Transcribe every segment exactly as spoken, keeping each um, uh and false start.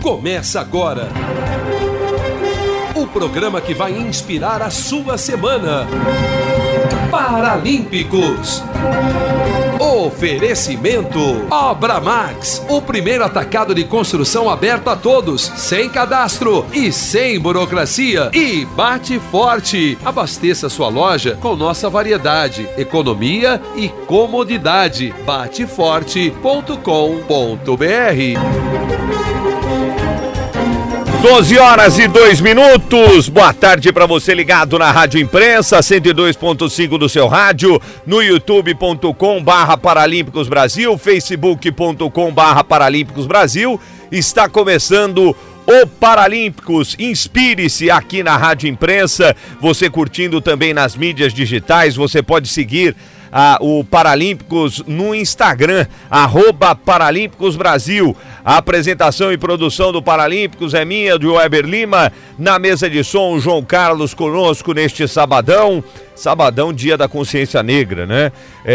Começa agora o programa que vai inspirar a sua semana. Paralímpicos. Oferecimento Obra Max, o primeiro atacado de construção aberto a todos, sem cadastro e sem burocracia. E Bate Forte, abasteça sua loja com nossa variedade, economia e comodidade. bate forte ponto com ponto br. doze horas e dois minutos, boa tarde para você ligado na Rádio Imprensa, cento e dois ponto cinco do seu rádio, no youtube ponto com barra Paralímpicos Brasil, facebook ponto com barra Paralímpicos Brasil. Está começando o Paralímpicos, inspire-se aqui na Rádio Imprensa, você curtindo também nas mídias digitais, você pode seguir Ah, o Paralímpicos no Instagram, arroba Paralímpicos Brasil. A apresentação e produção do Paralímpicos é minha, do Weber Lima. Na mesa de som, o João Carlos conosco neste sabadão. Sabadão, dia da consciência negra, né?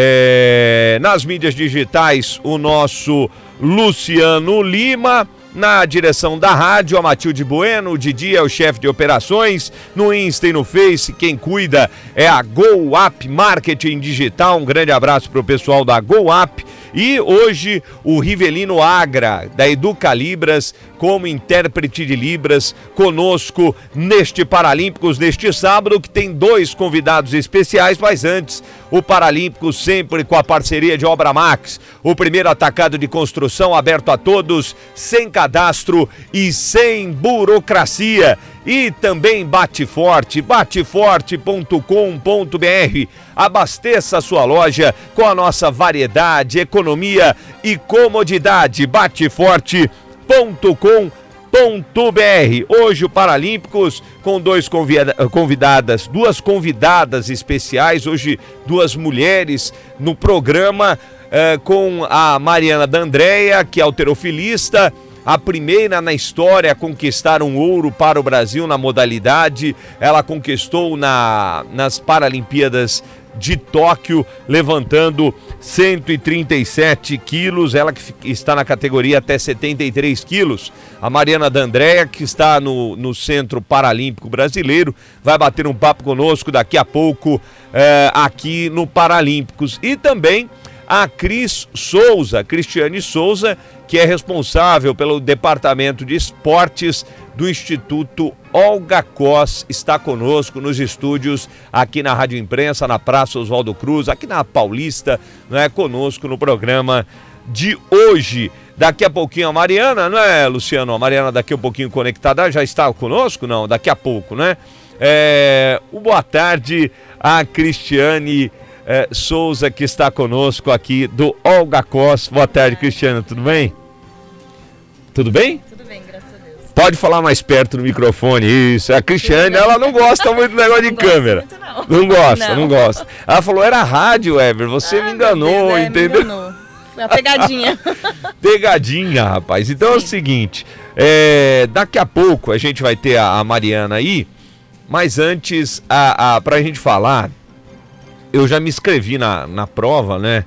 É... Nas mídias digitais, o nosso Luciano Lima. Na direção da rádio, a Matilde Bueno, o Didi é o chefe de operações, no Insta e no Face, quem cuida é a GoUp Marketing Digital, um grande abraço para o pessoal da GoUp. E hoje o Rivelino Agra, da Educa Libras, como intérprete de Libras, conosco neste Paralímpicos, neste sábado, que tem dois convidados especiais, mas antes, o Paralímpicos sempre com a parceria de Obra Max, o primeiro atacado de construção aberto a todos, sem cadastro e sem burocracia. E também Bate Forte, bate forte ponto com ponto br. Abasteça a sua loja com a nossa variedade, economia e comodidade. bate forte ponto com ponto br. Hoje o Paralímpicos com dois convida- convidadas, duas convidadas especiais, hoje duas mulheres no programa, eh, com a Mariana D'Andrea, que é halterofilista, a primeira na história a conquistar um ouro para o Brasil na modalidade. Ela conquistou na, nas Paralimpíadas de Tóquio, levantando cento e trinta e sete quilos, ela que está na categoria até setenta e três quilos. A Mariana D'Andrea, que está no, no Centro Paralímpico Brasileiro, vai bater um papo conosco daqui a pouco, é, aqui no Paralímpicos. E também a Cris Souza, Cristiane Souza, que é responsável pelo Departamento de Esportes do Instituto Olga Cos, está conosco nos estúdios aqui na Rádio Imprensa, na Praça Oswaldo Cruz, aqui na Paulista, não é, conosco no programa de hoje. Daqui a pouquinho a Mariana, não é, Luciano? A Mariana daqui a pouquinho conectada, já está conosco? Não, daqui a pouco, né? É, boa tarde a Cristiane É, Souza, que está conosco aqui do Olga Cos. Boa tarde, Cristiana, tudo bem? Tudo bem? Tudo bem, graças a Deus. Pode falar mais perto no microfone, isso. A Cristiane, ela não gosta muito do negócio de não câmera. Muito, não. não gosta, não. não gosta. Ela falou, era rádio, Weber, você ah, me enganou, Deus, é, entendeu? Me enganou. Foi uma pegadinha. Pegadinha, rapaz. Então Sim. É o seguinte, é, daqui a pouco a gente vai ter a, a Mariana aí, mas antes, a, a, pra gente falar, eu já me inscrevi na, na prova, né?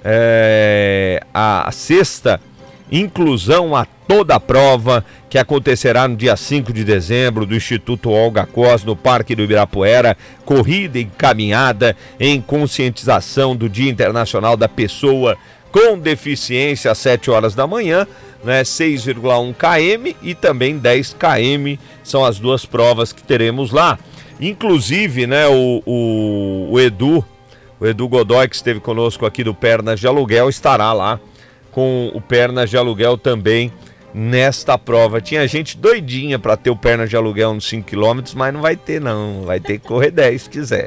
É, a, a sexta inclusão a toda a prova, que acontecerá no dia cinco de dezembro, do Instituto Olga Cos, no Parque do Ibirapuera, corrida e caminhada em conscientização do Dia Internacional da Pessoa com Deficiência, às sete horas da manhã, né? seis vírgula um quilômetros e também dez quilômetros, são as duas provas que teremos lá. Inclusive, né, o, o, o Edu, o Edu Godoy, que esteve conosco aqui do Pernas de Aluguel, estará lá com o Pernas de Aluguel também nesta prova. Tinha gente doidinha para ter o Pernas de Aluguel nos cinco quilômetros, mas não vai ter não, vai ter que correr dez se quiser.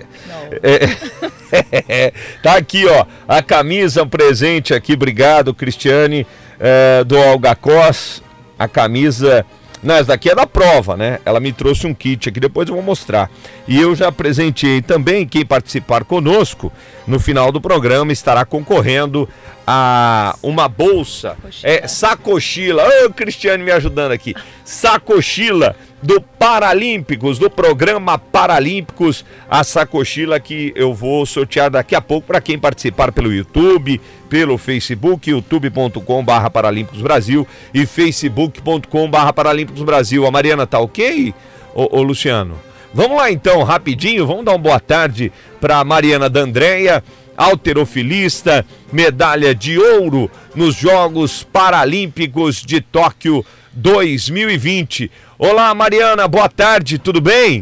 É, é, tá aqui, ó, a camisa, um presente aqui, obrigado, Cristiane, é, do Olga Cos, a camisa... Não, essa daqui é da prova, né? Ela me trouxe um kit aqui, depois eu vou mostrar. E eu já presenteei também, quem participar conosco, no final do programa, estará concorrendo a uma bolsa, é, sacochila, ô oh, Cristiane me ajudando aqui, sacochila do Paralímpicos, do programa Paralímpicos, a sacochila que eu vou sortear daqui a pouco para quem participar pelo YouTube, pelo Facebook, youtube ponto com barra Paralímpicos Brasil e facebook ponto com barra Paralímpicos Brasil. A Mariana tá ok, ô, ô Luciano? Vamos lá então, rapidinho, vamos dar uma boa tarde para Mariana D'Andrea, halterofilista, medalha de ouro nos Jogos Paralímpicos de Tóquio dois mil e vinte. Olá, Mariana, boa tarde, tudo bem?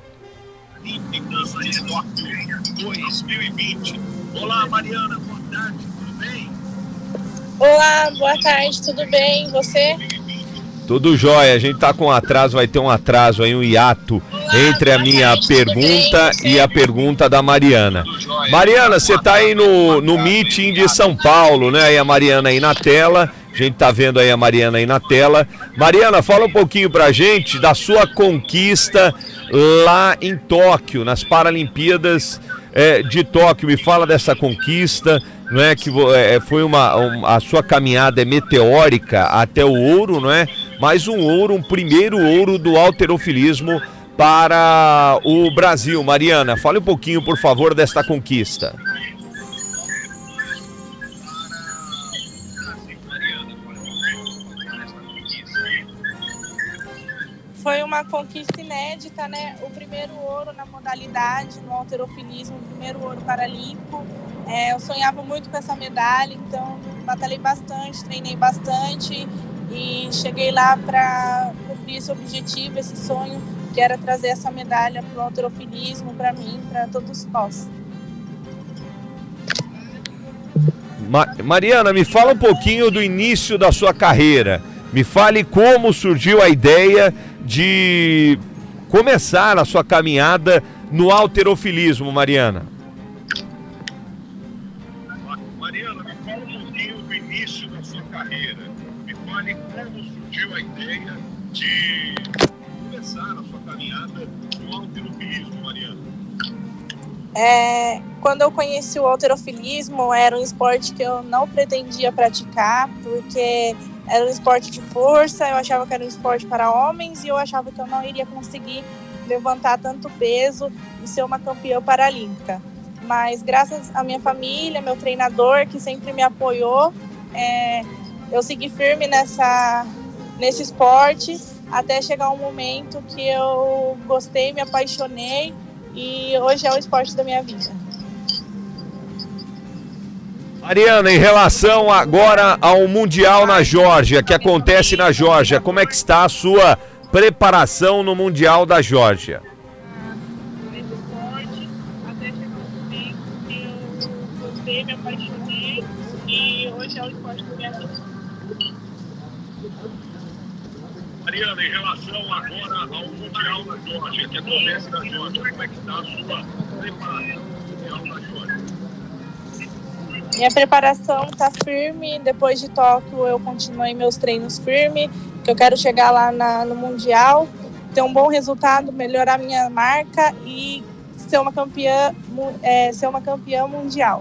dois mil e vinte. Olá, Mariana, boa tarde, tudo bem? Olá, boa tarde, tudo bem? E você? Tudo jóia, a gente tá com atraso, vai ter um atraso aí, um hiato Olá, entre a minha tarde, pergunta e a pergunta da Mariana. Mariana, você tá aí no, no meeting de São Paulo, né? E a Mariana aí na tela, a gente tá vendo aí a Mariana aí na tela. Mariana, fala um pouquinho pra gente da sua conquista lá em Tóquio, nas Paralimpíadas é, de Tóquio. Me fala dessa conquista, não é que é, foi uma, uma a sua caminhada é meteórica até o ouro, não é? Mais um ouro, um primeiro ouro do halterofilismo para o Brasil. Mariana, fale um pouquinho, por favor, desta conquista. Foi uma conquista inédita, né? O primeiro ouro na modalidade, no halterofilismo, o primeiro ouro paralímpico. É, eu sonhava muito com essa medalha, então batalhei bastante, treinei bastante e cheguei lá para cumprir esse objetivo, esse sonho, que era trazer essa medalha para o halterofilismo, para mim, para todos nós. Ma- Mariana, me fala um pouquinho do início da sua carreira. Me fale como surgiu a ideia de começar a sua caminhada no halterofilismo, Mariana. Mariana, me fala um pouquinho do início da sua carreira. Me fale como surgiu a ideia de começar a sua caminhada no halterofilismo, Mariana. É, quando eu conheci o halterofilismo, era um esporte que eu não pretendia praticar, porque era um esporte de força, eu achava que era um esporte para homens e eu achava que eu não iria conseguir levantar tanto peso e ser uma campeã paralímpica. Mas graças à minha família, meu treinador, que sempre me apoiou, é, eu segui firme nessa, nesse esporte até chegar um momento que eu gostei, me apaixonei e hoje é o esporte da minha vida. Mariana, em relação agora ao Mundial na Geórgia, que acontece na Geórgia, como é que está a sua preparação no Mundial da Geórgia? Esse esporte, até chegar um momento que eu gostei, me apaixonei e hoje é o esporte da minha vida. Mariana, em relação agora ao Mundial na Geórgia, que acontece na Geórgia, como é que está a sua preparação no Mundial na Geórgia? Minha preparação está firme, depois de Tóquio eu continuei meus treinos firmes, que eu quero chegar lá na, no Mundial, ter um bom resultado, melhorar minha marca e ser uma campeã, é, ser uma campeã mundial.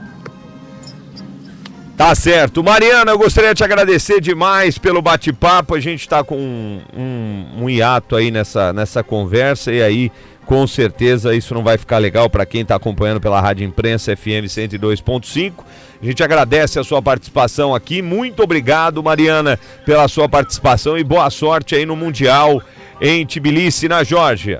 Tá certo. Mariana, eu gostaria de te agradecer demais pelo bate-papo, a gente está com um, um, um hiato aí nessa, nessa conversa e aí com certeza isso não vai ficar legal para quem está acompanhando pela Rádio Imprensa F M cento e dois ponto cinco. A gente agradece a sua participação aqui. Muito obrigado, Mariana, pela sua participação e boa sorte aí no Mundial em Tbilisi, na Geórgia.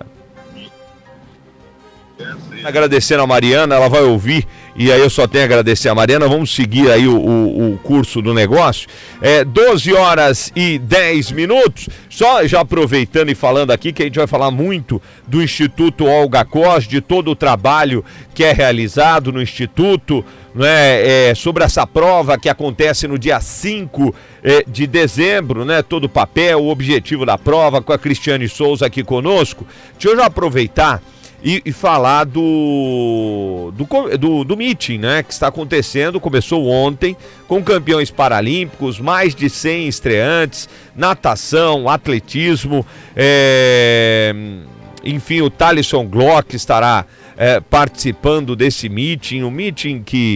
Agradecendo a Mariana, ela vai ouvir e aí eu só tenho a agradecer a Mariana. Vamos seguir aí o, o, o curso do negócio. É doze horas e dez minutos. Só já aproveitando e falando aqui que a gente vai falar muito do Instituto Olga Cos, de todo o trabalho que é realizado no Instituto, né, é, sobre essa prova que acontece no dia cinco é, de dezembro, né, todo o papel, o objetivo da prova, com a Cristiane Souza aqui conosco. Deixa eu já aproveitar E, e falar do, do, do, do meeting, né, que está acontecendo, começou ontem, com campeões paralímpicos, mais de cem estreantes, natação, atletismo, é, enfim, o Thalisson Glock estará é, participando desse meeting, um meeting que,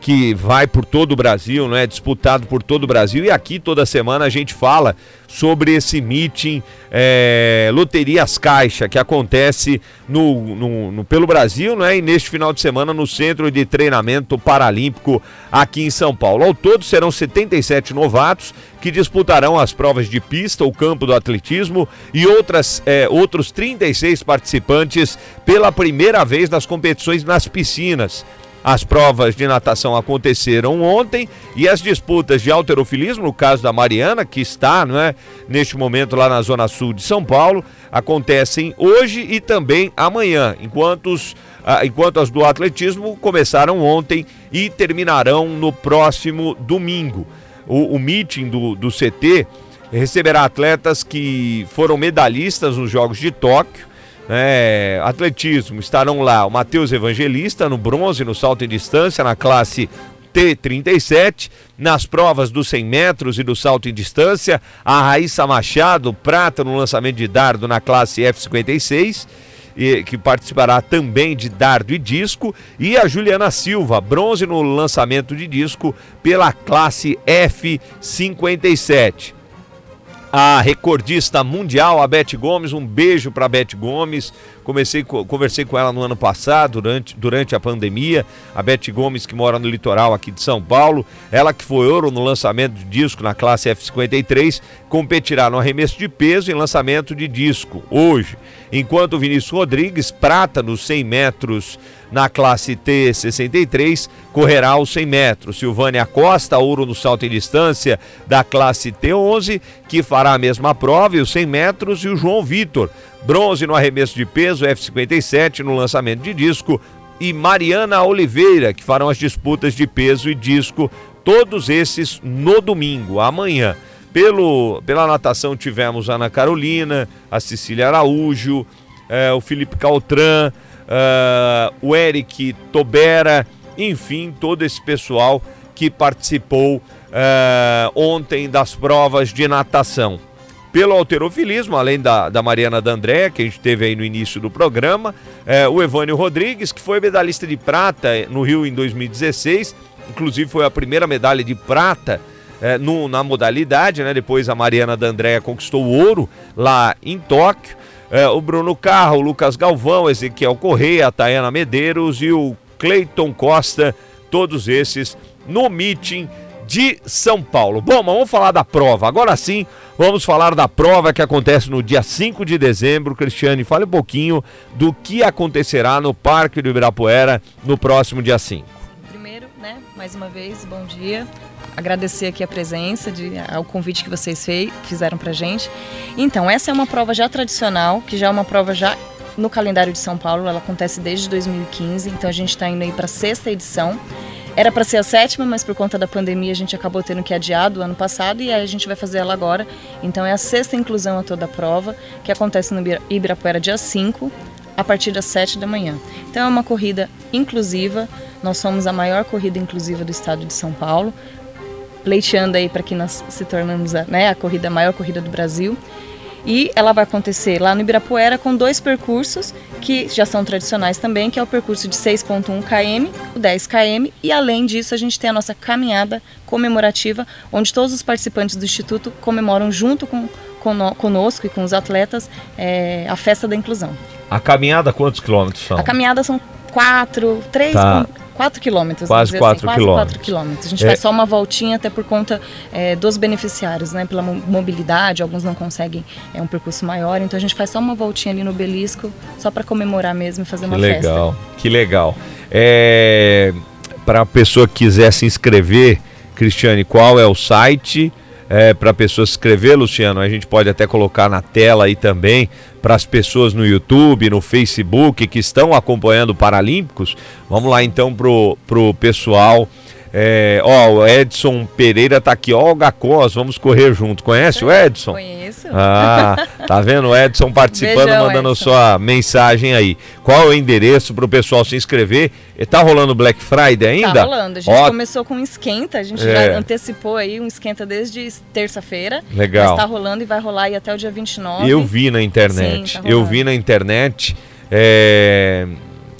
que vai por todo o Brasil, não é? Disputado por todo o Brasil, e aqui toda semana a gente fala sobre esse meeting é, Loterias Caixa, que acontece no, no, no, pelo Brasil, não é? E neste final de semana no Centro de Treinamento Paralímpico aqui em São Paulo. Ao todo serão setenta e sete novatos que disputarão as provas de pista, o campo do atletismo e outras, é, outros trinta e seis participantes pela primeira vez nas competições nas piscinas. As provas de natação aconteceram ontem e as disputas de halterofilismo, no caso da Mariana, que está, não é, neste momento lá na Zona Sul de São Paulo, acontecem hoje e também amanhã, enquanto, os, ah, enquanto as do atletismo começaram ontem e terminarão no próximo domingo. O, o meeting do, do C T receberá atletas que foram medalhistas nos Jogos de Tóquio. É, atletismo, estarão lá o Matheus Evangelista no bronze, no salto em distância, na classe T trinta e sete, nas provas dos cem metros e do salto em distância, a Raíssa Machado, prata no lançamento de dardo na classe F cinquenta e seis, e, que participará também de dardo e disco, e a Juliana Silva, bronze no lançamento de disco pela classe F cinquenta e sete. A recordista mundial, a Beth Gomes, um beijo para a Beth Gomes. Comecei, conversei com ela no ano passado, durante, durante a pandemia. A Beth Gomes, que mora no litoral aqui de São Paulo, ela que foi ouro no lançamento de disco na classe F cinquenta e três, competirá no arremesso de peso e lançamento de disco hoje. Enquanto o Vinícius Rodrigues, prata nos cem metros na classe T sessenta e três, correrá os cem metros. Silvânia Costa, ouro no salto em distância da classe T onze, que fará a mesma prova, e os cem metros, e o João Vitor, bronze no arremesso de peso F cinquenta e sete no lançamento de disco, e Mariana Oliveira, que farão as disputas de peso e disco, todos esses no domingo, amanhã. Pelo, pela natação tivemos a Ana Carolina, a Cecília Araújo, eh, o Felipe Caltran, Uh, o Eric Tobera, enfim, todo esse pessoal que participou uh, ontem das provas de natação. Pelo halterofilismo, além da, da Mariana D'Andrea, que a gente teve aí no início do programa, uh, o Evânio Rodrigues, que foi medalhista de prata no Rio em dois mil e dezesseis, inclusive foi a primeira medalha de prata uh, no, na modalidade, né? Depois a Mariana D'Andrea conquistou o ouro lá em Tóquio. É, o Bruno Carro, o Lucas Galvão, o Ezequiel Correia, a Tayana Medeiros e o Cleiton Costa, todos esses no meeting de São Paulo. Bom, mas vamos falar da prova. Agora sim, vamos falar da prova que acontece no dia cinco de dezembro. Cristiane, fale um pouquinho do que acontecerá no Parque do Ibirapuera no próximo dia cinco. Primeiro, né, mais uma vez, bom dia. Agradecer aqui a presença, de, ao convite que vocês fez, fizeram pra gente. Então, essa é uma prova já tradicional, que já é uma prova já no calendário de São Paulo, ela acontece desde dois mil e quinze, então a gente está indo aí para a sexta edição. Era para ser a sétima, mas por conta da pandemia a gente acabou tendo que adiar do ano passado e aí a gente vai fazer ela agora. Então é a sexta inclusão a toda a prova, que acontece no Ibirapuera dia cinco, a partir das sete da manhã. Então é uma corrida inclusiva, nós somos a maior corrida inclusiva do estado de São Paulo, pleiteando aí para que nós se tornamos a, né, a corrida, a maior corrida do Brasil. E ela vai acontecer lá no Ibirapuera com dois percursos que já são tradicionais também, que é o percurso de seis vírgula um quilômetros, o dez quilômetros, e além disso a gente tem a nossa caminhada comemorativa, onde todos os participantes do Instituto comemoram junto com, com conosco e com os atletas é, a festa da inclusão. A caminhada quantos quilômetros são? A caminhada são quatro, três... Tá. quatro quilômetros. Quase quatro assim, quilômetros. Quase quatro quilômetros. A gente É. faz só uma voltinha até por conta é, dos beneficiários, né? Pela mobilidade, alguns não conseguem é, um percurso maior, então a gente faz só uma voltinha ali no obelisco, só para comemorar mesmo e fazer uma que festa. legal, que legal. É, para a pessoa que quiser se inscrever, Cristiane, qual é o site? É, para a pessoa se inscrever, Luciano, a gente pode até colocar na tela aí também, para as pessoas no YouTube, no Facebook, que estão acompanhando Paralímpicos. Vamos lá então pro, pro pessoal. É, ó, o Edson Pereira tá aqui, ó, o Gacós, vamos correr junto. Conhece o Edson? Conheço. Ah, tá vendo o Edson participando, Beijão, mandando Edson. sua mensagem aí. Qual é o endereço pro pessoal se inscrever? Tá rolando Black Friday ainda? Tá rolando, a gente Ó, começou com um esquenta, a gente É. já antecipou aí um esquenta desde terça-feira. Legal. Mas tá rolando e vai rolar aí até o dia vinte e nove. Eu vi na internet, Sim, tá eu rolando. vi na internet, é,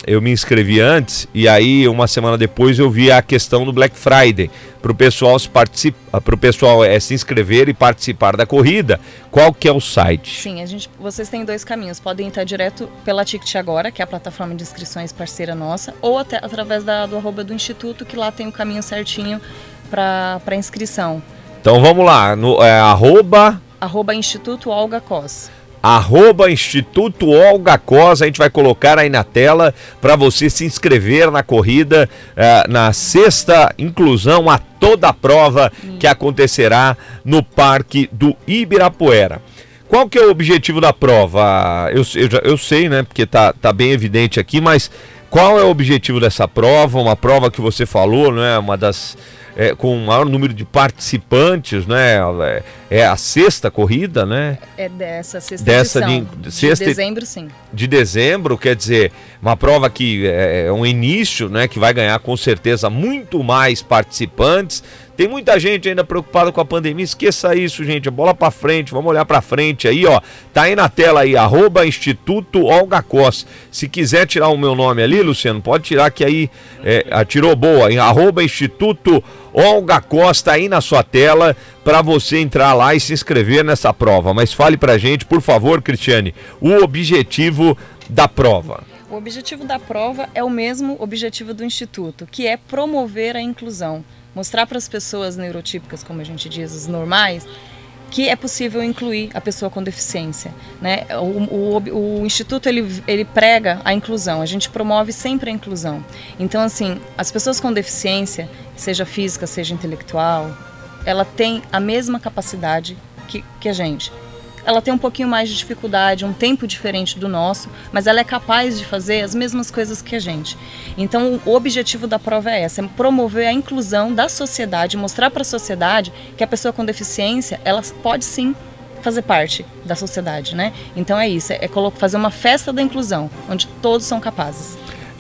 eu me inscrevi antes e aí uma semana depois eu vi a questão do Black Friday para o pessoal, se, participa, pro pessoal é, se inscrever e participar da corrida. Qual que é o site? Sim, a gente, vocês têm dois caminhos. Podem entrar direto pela Ticket Agora, que é a plataforma de inscrições parceira nossa, ou até através da, do arroba do Instituto, que lá tem o caminho certinho para inscrição. Então vamos lá, no, é, arroba... Arroba Instituto Olga Cos. Arroba Instituto Olga Cos, a gente vai colocar aí na tela para você se inscrever na corrida, uh, na sexta inclusão a toda a prova hum. que acontecerá no Parque do Ibirapuera. Qual que é o objetivo da prova? Eu, eu, eu sei, né, porque tá, tá bem evidente aqui, mas qual é o objetivo dessa prova? Uma prova que você falou, não é? Uma das... É, com o maior número de participantes, né? É, é a sexta corrida, né? É dessa sexta dessa edição, de, sexta, de dezembro, sim. De dezembro, quer dizer, uma prova que é, é um início, né? Que vai ganhar com certeza muito mais participantes. Tem muita gente ainda preocupada com a pandemia, esqueça isso, gente, bola pra frente, vamos olhar pra frente aí, ó, tá aí na tela aí, arroba Instituto Olga Cos. Se quiser tirar o meu nome ali, Luciano, pode tirar que aí, é, atirou boa, em arroba Instituto Olga Cos, tá aí na sua tela, pra você entrar lá e se inscrever nessa prova. Mas fale pra gente, por favor, Cristiane, o objetivo da prova. O objetivo da prova é o mesmo objetivo do Instituto, que é promover a inclusão. Mostrar para as pessoas neurotípicas, como a gente diz, os normais, que é possível incluir a pessoa com deficiência, né? O, o, o Instituto ele, ele prega a inclusão, a gente promove sempre a inclusão. Então, assim, as pessoas com deficiência, seja física, seja intelectual, ela tem a mesma capacidade que, que a gente. Ela tem um pouquinho mais de dificuldade, um tempo diferente do nosso, mas ela é capaz de fazer as mesmas coisas que a gente. Então, o objetivo da prova é essa, é promover a inclusão da sociedade, mostrar para a sociedade que a pessoa com deficiência, ela pode sim fazer parte da sociedade, né? Então é isso, é fazer uma festa da inclusão, onde todos são capazes.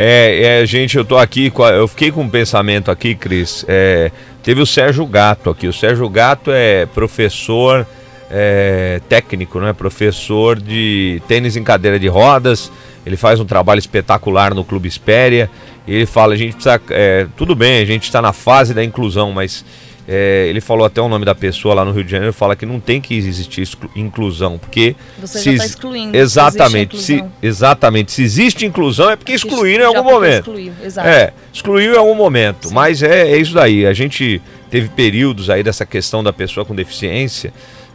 É, é gente, eu tô aqui, eu fiquei com um pensamento aqui, Cris, é, teve o Sérgio Gatto aqui, o Sérgio Gatto é professor... É, técnico, né? Professor de tênis em cadeira de rodas. Ele faz um trabalho espetacular no Clube Espéria. E ele fala, a gente precisa, é, tudo bem, a gente está na fase da inclusão, mas é, ele falou até o nome da pessoa lá no Rio de Janeiro, fala que não tem que existir inclusão, porque você se, já está excluindo. Exatamente, se, exatamente. Se existe inclusão é porque excluíram em algum momento. Excluiu, exato. É, excluiu em algum momento. Sim. Mas é, é isso daí. A gente teve períodos aí dessa questão da pessoa com deficiência,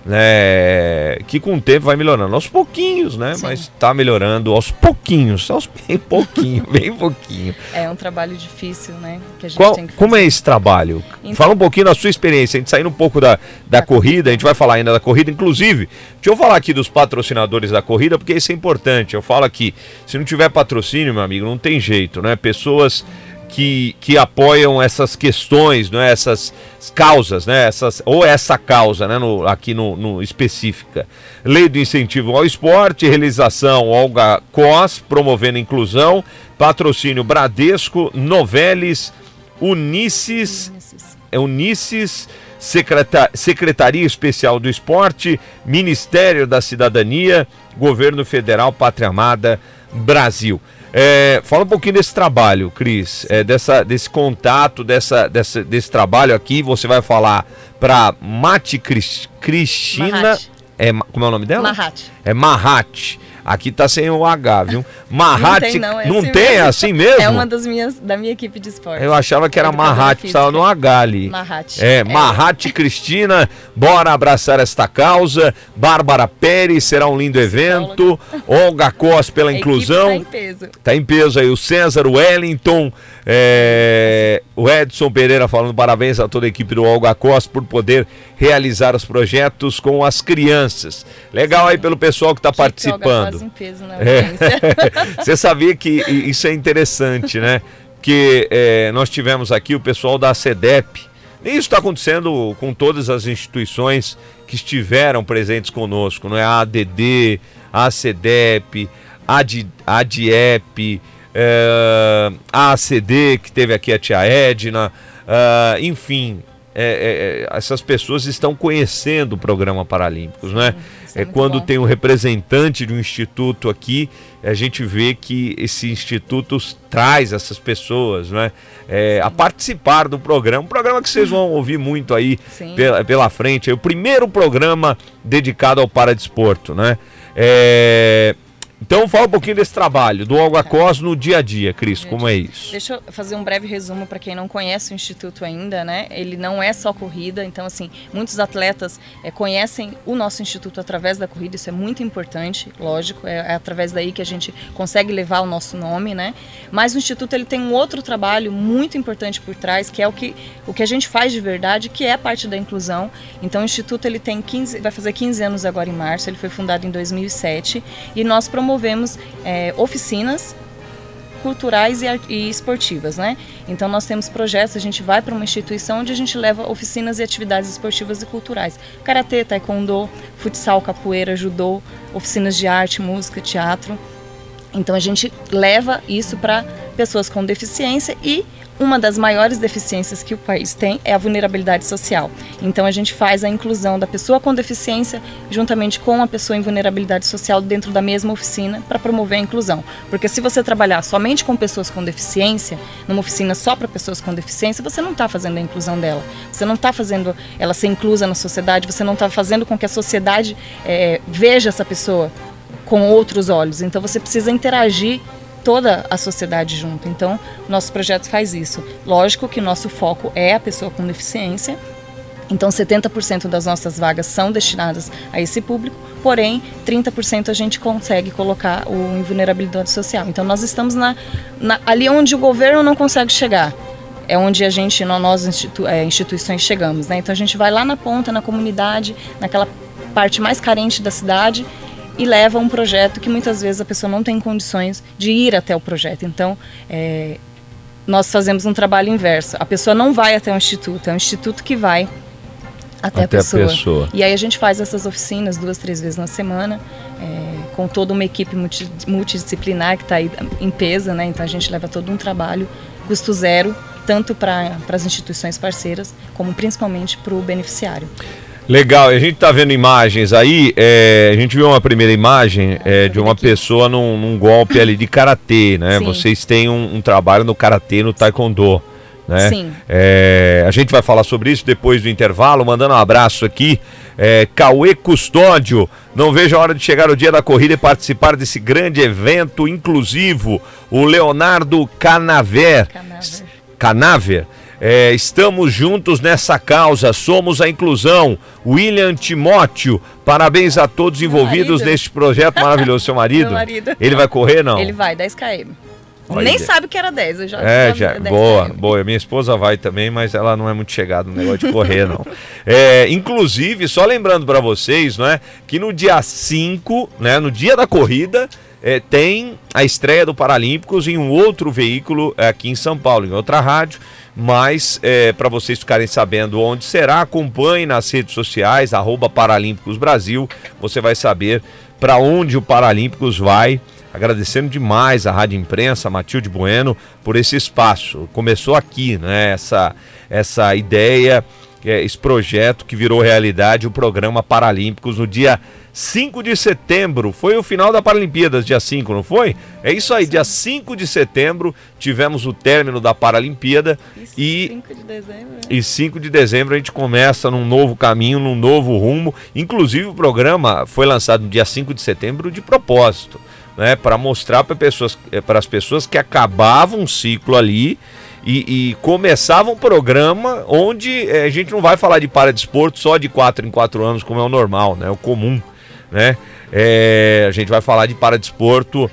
né, que com o tempo vai melhorando aos pouquinhos, né? Sim. Mas tá melhorando aos pouquinhos, aos bem pouquinho, bem pouquinho. É um trabalho difícil, né? Que a gente Qual, tem que fazer. Como é esse trabalho? Então, fala um pouquinho da sua experiência, a gente saindo um pouco da, da, da corrida, a gente vai falar ainda da corrida, inclusive, deixa eu falar aqui dos patrocinadores da corrida, porque isso é importante. Eu falo aqui, se não tiver patrocínio, meu amigo, não tem jeito, né? Pessoas que, que apoiam essas questões, né? Essas causas, né? Essas, ou essa causa, né? No, aqui no, no específica. Lei do incentivo ao esporte, realização Olga Cos, promovendo a inclusão, patrocínio Bradesco, Novelis, Unices, é Unices, Secretar, Secretaria Especial do Esporte, Ministério da Cidadania, Governo Federal, Pátria Amada, Brasil. É, fala um pouquinho desse trabalho, Cris, é, dessa, desse contato, dessa, dessa, desse trabalho aqui. Você vai falar para Mati Cris, Cristina. É, como é o nome dela? Mahat. É Mahat. Aqui tá sem o H, viu? Mahat. Não tem, não, é não assim tem mesmo. É assim mesmo? É uma das minhas, da minha equipe de esporte. Eu achava que era Mahat, precisava no H ali. Mahat. É, é. Mahat Cristina, bora abraçar esta causa. Bárbara Pérez, será um lindo evento. Olga Cos pela inclusão. Tá em peso. Tá em peso aí o César, o Wellington, é, o Edson Pereira falando parabéns a toda a equipe do Olga Cos por poder realizar os projetos com as crianças. Legal. Sim. Aí pelo pessoal que está participando. Em peso na é. Você sabia que isso é interessante, né? Que é, nós tivemos aqui o pessoal da SEDEP. E isso está acontecendo com todas as instituições que estiveram presentes conosco, não é? A ADD, a SEDEP, a DIEP, é, a ACD, que teve aqui a tia Edna, é, enfim, é, é, essas pessoas estão conhecendo o programa Paralímpicos, né? É, é quando bom. Tem um representante de um instituto aqui, a gente vê que esse instituto traz essas pessoas, né? É, a participar do programa, um programa que vocês vão ouvir muito aí pela, pela frente, é o primeiro programa dedicado ao paradesporto, né? É... Então fala um pouquinho desse trabalho, do Olga Cos no dia a dia, Cris, como é isso? Deixa eu fazer um breve resumo para quem não conhece o Instituto ainda, né? Ele não é só corrida, então assim, muitos atletas é, conhecem o nosso Instituto através da corrida, isso é muito importante, lógico, é, é através daí que a gente consegue levar o nosso nome, né? Mas o Instituto ele tem um outro trabalho muito importante por trás, que é o que, o que a gente faz de verdade, que é a parte da inclusão. Então o Instituto ele tem quinze, vai fazer quinze anos agora em março, ele foi fundado em dois mil e sete e nós promovemos Promovemos é, oficinas culturais e, e esportivas, né? Então nós temos projetos, a gente vai para uma instituição onde a gente leva oficinas e atividades esportivas e culturais. Karatê, taekwondo, futsal, capoeira, judô, oficinas de arte, música, teatro. Então a gente leva isso para pessoas com deficiência e uma das maiores deficiências que o país tem é a vulnerabilidade social. Então a gente faz a inclusão da pessoa com deficiência juntamente com a pessoa em vulnerabilidade social dentro da mesma oficina para promover a inclusão. Porque se você trabalhar somente com pessoas com deficiência, numa oficina só para pessoas com deficiência, você não está fazendo a inclusão dela. Você não está fazendo ela ser inclusa na sociedade, você não está fazendo com que a sociedade é, veja essa pessoa com outros olhos. Então você precisa interagir toda a sociedade junto. Então, nosso projeto faz isso. Lógico que nosso foco é a pessoa com deficiência, então setenta por cento das nossas vagas são destinadas a esse público, porém, trinta por cento a gente consegue colocar o em vulnerabilidade social. Então, nós estamos na, na, ali onde o governo não consegue chegar. É onde a gente, nós institu, é, instituições chegamos, né? Então, a gente vai lá na ponta, na comunidade, naquela parte mais carente da cidade, e leva um projeto que muitas vezes a pessoa não tem condições de ir até o projeto. Então, é, nós fazemos um trabalho inverso. A pessoa não vai até o instituto, é o instituto que vai até, até a, pessoa. a pessoa. E aí a gente faz essas oficinas duas, três vezes na semana, é, com toda uma equipe multi, multidisciplinar que está aí em peso, né? Então a gente leva todo um trabalho, custo zero, tanto para as instituições parceiras, como principalmente para o beneficiário. Legal, a gente tá vendo imagens aí, é, a gente viu uma primeira imagem é, de uma pessoa num, num golpe ali de karatê, né? Sim. Vocês têm um, um trabalho no karatê, no taekwondo, né? Sim. É, a gente vai falar sobre isso depois do intervalo, mandando um abraço aqui, é, Cauê Custódio, não vejo a hora de chegar o dia da corrida e participar desse grande evento inclusivo, o Leonardo Canaver, Canaver. Canaver. É, estamos juntos nessa causa, somos a inclusão. William Timóteo, parabéns a todos envolvidos neste projeto maravilhoso. Seu marido? Meu marido. Ele vai correr, não? Ele vai, dez quilômetros. Nem sabe que era dez, eu já É, já, boa, boa. Minha esposa vai também, mas ela não é muito chegada no negócio de correr, não. É, inclusive, só lembrando para vocês, não é, que no dia cinco, né, no dia da corrida, é, tem a estreia do Paralímpicos em um outro veículo aqui em São Paulo, em outra rádio. Mas é, para vocês ficarem sabendo onde será, acompanhe nas redes sociais, arroba Paralímpicos Brasil, você vai saber para onde o Paralímpicos vai. Agradecendo demais a Rádio Imprensa, a Matilde Bueno, por esse espaço. Começou aqui, né, essa, essa ideia, esse projeto que virou realidade, o programa Paralímpicos, no dia cinco de setembro, foi o final da Paralimpíadas, dia cinco, não foi? É isso aí, dia cinco de setembro tivemos o término da Paralimpíada e cinco de dezembro, né? E cinco de dezembro a gente começa num novo caminho, num novo rumo. Inclusive o programa foi lançado no dia cinco de setembro de propósito, né, para mostrar para pessoas, para as pessoas que acabavam um ciclo ali e, e começavam um programa onde é, a gente não vai falar de paradesporto só de quatro em quatro anos, como é o normal, né, o comum. Né? É, a gente vai falar de paradesporto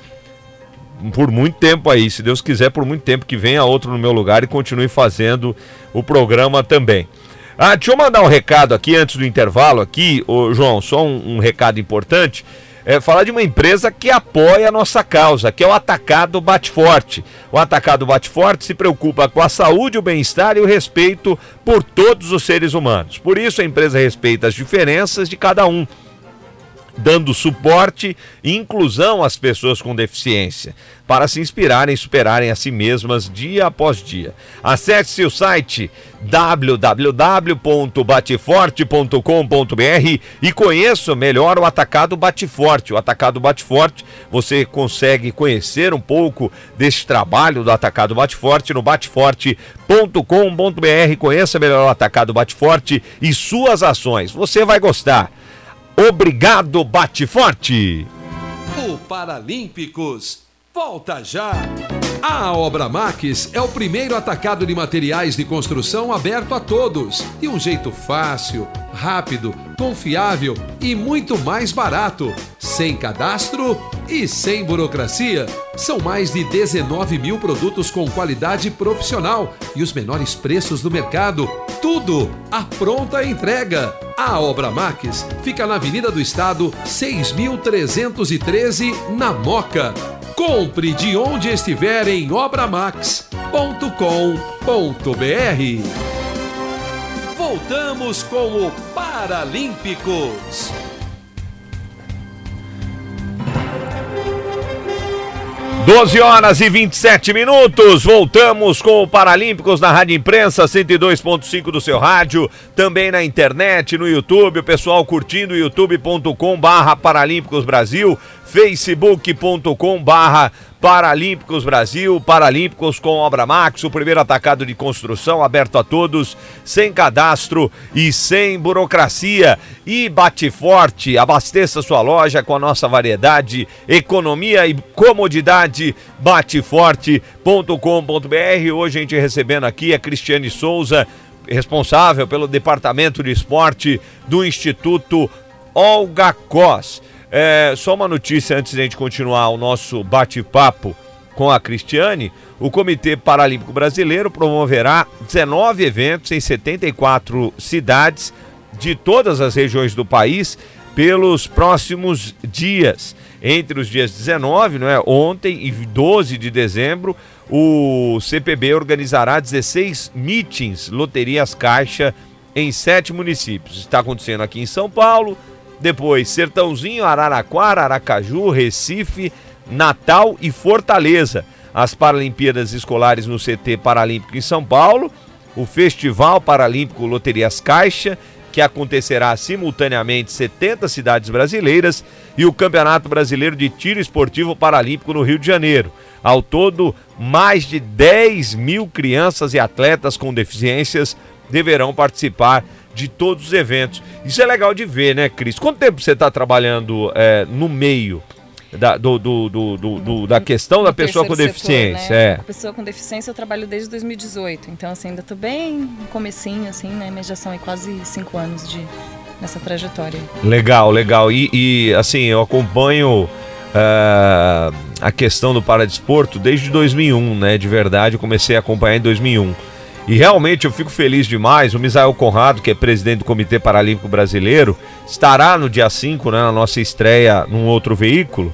por muito tempo aí, se Deus quiser, por muito tempo, que venha outro no meu lugar e continue fazendo o programa também. Ah, deixa eu mandar um recado aqui antes do intervalo aqui, ô, João, só um, um recado importante, é falar de uma empresa que apoia a nossa causa, que é o Atacado Bate Forte. O Atacado Bate Forte se preocupa com a saúde, o bem-estar e o respeito por todos os seres humanos. Por isso a empresa respeita as diferenças de cada um dando suporte e inclusão às pessoas com deficiência, para se inspirarem e superarem a si mesmas dia após dia. Acesse o site w w w ponto bateforte ponto com ponto b r e conheça melhor o Atacado Bateforte. O Atacado Bateforte, você consegue conhecer um pouco deste trabalho do Atacado Bateforte no bateforte ponto com ponto b r. Conheça melhor o Atacado Bateforte e suas ações. Você vai gostar. Obrigado, Bateforte! O Paralímpicos volta já! A Obra Max é o primeiro atacado de materiais de construção aberto a todos, de um jeito fácil, rápido, confiável e muito mais barato, sem cadastro e sem burocracia. São mais de dezenove mil produtos com qualidade profissional e os menores preços do mercado. Tudo à pronta entrega. A Obra Max fica na Avenida do Estado, seis mil trezentos e treze, na Moca. Compre de onde estiver em obramax ponto com ponto b r. Voltamos com o Paralímpicos. doze horas e vinte e sete minutos, voltamos com o Paralímpicos na Rádio Imprensa cento e dois ponto cinco do seu rádio, também na internet, no YouTube, o pessoal curtindo youtube ponto com barra Paralímpicos Brasil, facebook ponto com barra Paralímpicos Brasil, Paralímpicos com Obra Max, o primeiro atacado de construção aberto a todos, sem cadastro e sem burocracia. E Bateforte, abasteça sua loja com a nossa variedade, economia e comodidade, bateforte ponto com ponto b r. Hoje a gente recebendo aqui a Cristiane Souza, responsável pelo Departamento de Esporte do Instituto Olga Cos. É, só uma notícia antes de a gente continuar o nosso bate-papo com a Cristiane. O Comitê Paralímpico Brasileiro promoverá dezenove eventos em setenta e quatro cidades de todas as regiões do país pelos próximos dias. Entre os dias dezenove, não é, ontem, e doze de dezembro, o C P B organizará dezesseis meetings, loterias caixa, em sete municípios. Está acontecendo aqui em São Paulo, depois Sertãozinho, Araraquara, Aracaju, Recife, Natal e Fortaleza. As Paralimpíadas Escolares no C T Paralímpico em São Paulo, o Festival Paralímpico Loterias Caixa, que acontecerá simultaneamente em setenta cidades brasileiras, e o Campeonato Brasileiro de Tiro Esportivo Paralímpico no Rio de Janeiro. Ao todo, mais de dez mil crianças e atletas com deficiências deverão participar de todos os eventos. Isso é legal de ver, né, Cris? Quanto tempo você está trabalhando é, no meio da, do, do, do, do, do, da questão da pessoa com deficiência? Setor, né? É. A pessoa com deficiência eu trabalho desde dois mil e dezoito, então assim, ainda estou bem no comecinho, assim, né, mas já são aí quase cinco anos de, nessa trajetória. Legal, legal. E, e assim, eu acompanho uh, a questão do paradesporto desde dois mil e um, né, de verdade, eu comecei a acompanhar em dois mil e um. E realmente eu fico feliz demais. O Misael Conrado, que é presidente do Comitê Paralímpico Brasileiro, estará no dia cinco, né, na nossa estreia num outro veículo.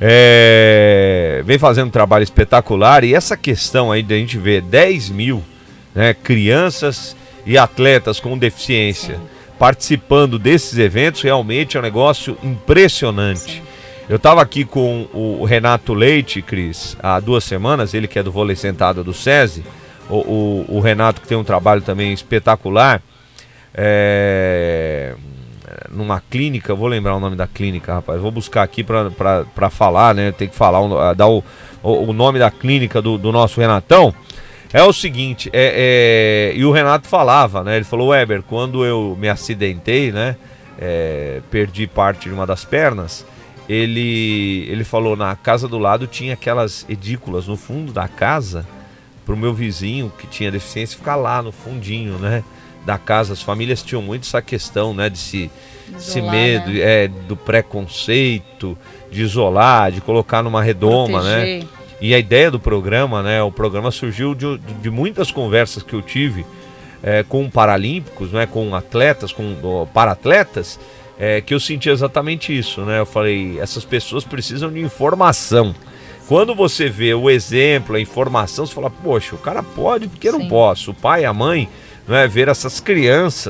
É... Vem fazendo um trabalho espetacular. E essa questão aí de a gente ver dez mil, né, crianças e atletas com deficiência, sim, participando desses eventos, realmente é um negócio impressionante. Sim. Eu estava aqui com o Renato Leite, Cris, há duas semanas, ele que é do vôlei sentado do SESI. O, o, o Renato, que tem um trabalho também espetacular, é, numa clínica, vou lembrar o nome da clínica, rapaz, vou buscar aqui para falar, né? Tem que falar, dar o, o, o nome da clínica do, do nosso Renatão. É o seguinte, é, é, e o Renato falava, né? Ele falou: Weber, quando eu me acidentei, né? É, perdi parte de uma das pernas. Ele, ele falou: na casa do lado tinha aquelas edículas no fundo da casa, para o meu vizinho que tinha deficiência ficar lá no fundinho, né, da casa. As famílias tinham muito essa questão, né, de se, esse medo, né? é, do preconceito, de isolar, de colocar numa redoma, proteger, né? E a ideia do programa, né, o programa surgiu de, de muitas conversas que eu tive é, com paralímpicos, né, com atletas, com para-atletas, é, que eu senti exatamente isso, né? Eu falei, essas pessoas precisam de informação. Quando você vê o exemplo, a informação, você fala, poxa, o cara pode, porque eu não posso. O pai e a mãe, não é, ver essas crianças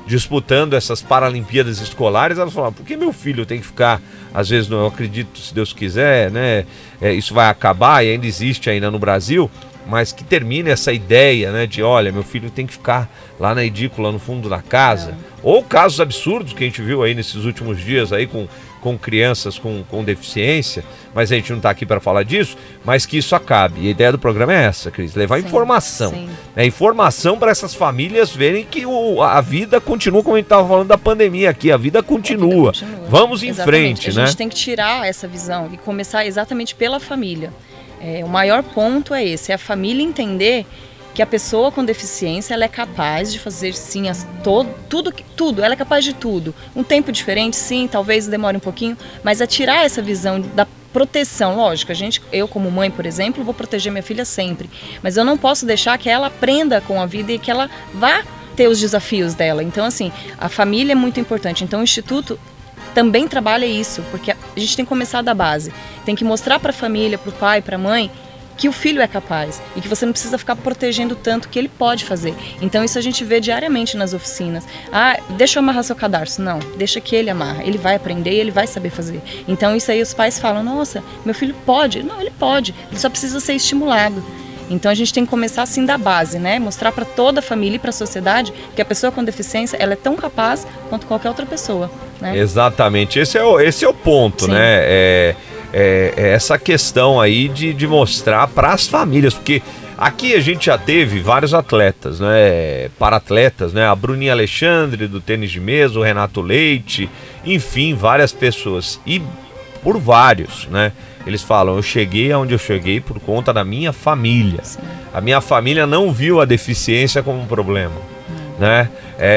disputando essas Paralimpíadas escolares, elas falavam, por que meu filho tem que ficar, às vezes, não, eu acredito, se Deus quiser, né, é, isso vai acabar e ainda existe ainda no Brasil, mas que termine essa ideia, né, de, olha, meu filho tem que ficar lá na edícula, no fundo da casa, é. Ou casos absurdos que a gente viu aí nesses últimos dias aí com, com crianças com, com deficiência, mas a gente não está aqui para falar disso, mas que isso acabe. E a ideia do programa é essa, Cris, levar sim, informação. Sim. Né, informação para essas famílias verem que o, a vida continua, como a gente estava falando da pandemia aqui, a vida continua. A vida continua. Vamos em exatamente. frente, a né? A gente tem que tirar essa visão e começar exatamente pela família. É, o maior ponto é esse, é a família entender que a pessoa com deficiência ela é capaz de fazer sim as, todo, tudo, tudo, ela é capaz de tudo. Um tempo diferente, sim, talvez demore um pouquinho, mas é tirar essa visão da proteção. Lógico, a gente, eu como mãe, por exemplo, vou proteger minha filha sempre, mas eu não posso deixar que ela aprenda com a vida e que ela vá ter os desafios dela. Então, assim, a família é muito importante. Então, o Instituto também trabalha isso, porque a gente tem que começar da base. Tem que mostrar para a família, para o pai, para a mãe, que o filho é capaz e que você não precisa ficar protegendo tanto que ele pode fazer. Então isso a gente vê diariamente nas oficinas. Ah, deixa eu amarrar seu cadarço. Não, deixa que ele amarra. Ele vai aprender e ele vai saber fazer. Então isso aí os pais falam, nossa, meu filho pode. Não, ele pode. Ele só precisa ser estimulado. Então a gente tem que começar assim da base, né? Mostrar para toda a família e para a sociedade que a pessoa com deficiência ela é tão capaz quanto qualquer outra pessoa, né? Exatamente, esse é o, esse é o ponto, sim, né? É, é, é essa questão aí de, de mostrar para as famílias, porque aqui a gente já teve vários atletas, né? Para-atletas, né? A Bruninha Alexandre do tênis de mesa, o Renato Leite, enfim, várias pessoas e por vários, né? Eles falam, eu cheguei aonde eu cheguei por conta da minha família. Sim. A minha família não viu a deficiência como um problema, hum. né?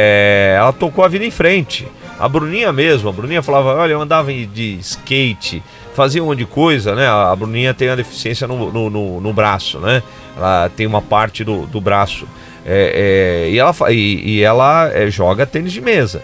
É, ela tocou a vida em frente. A Bruninha mesmo, a Bruninha falava, olha, eu andava de skate, fazia um monte de coisa, né? A Bruninha tem a deficiência no, no, no, no braço, né? Ela tem uma parte do, do braço. É, é, e ela, e, e ela é, joga tênis de mesa.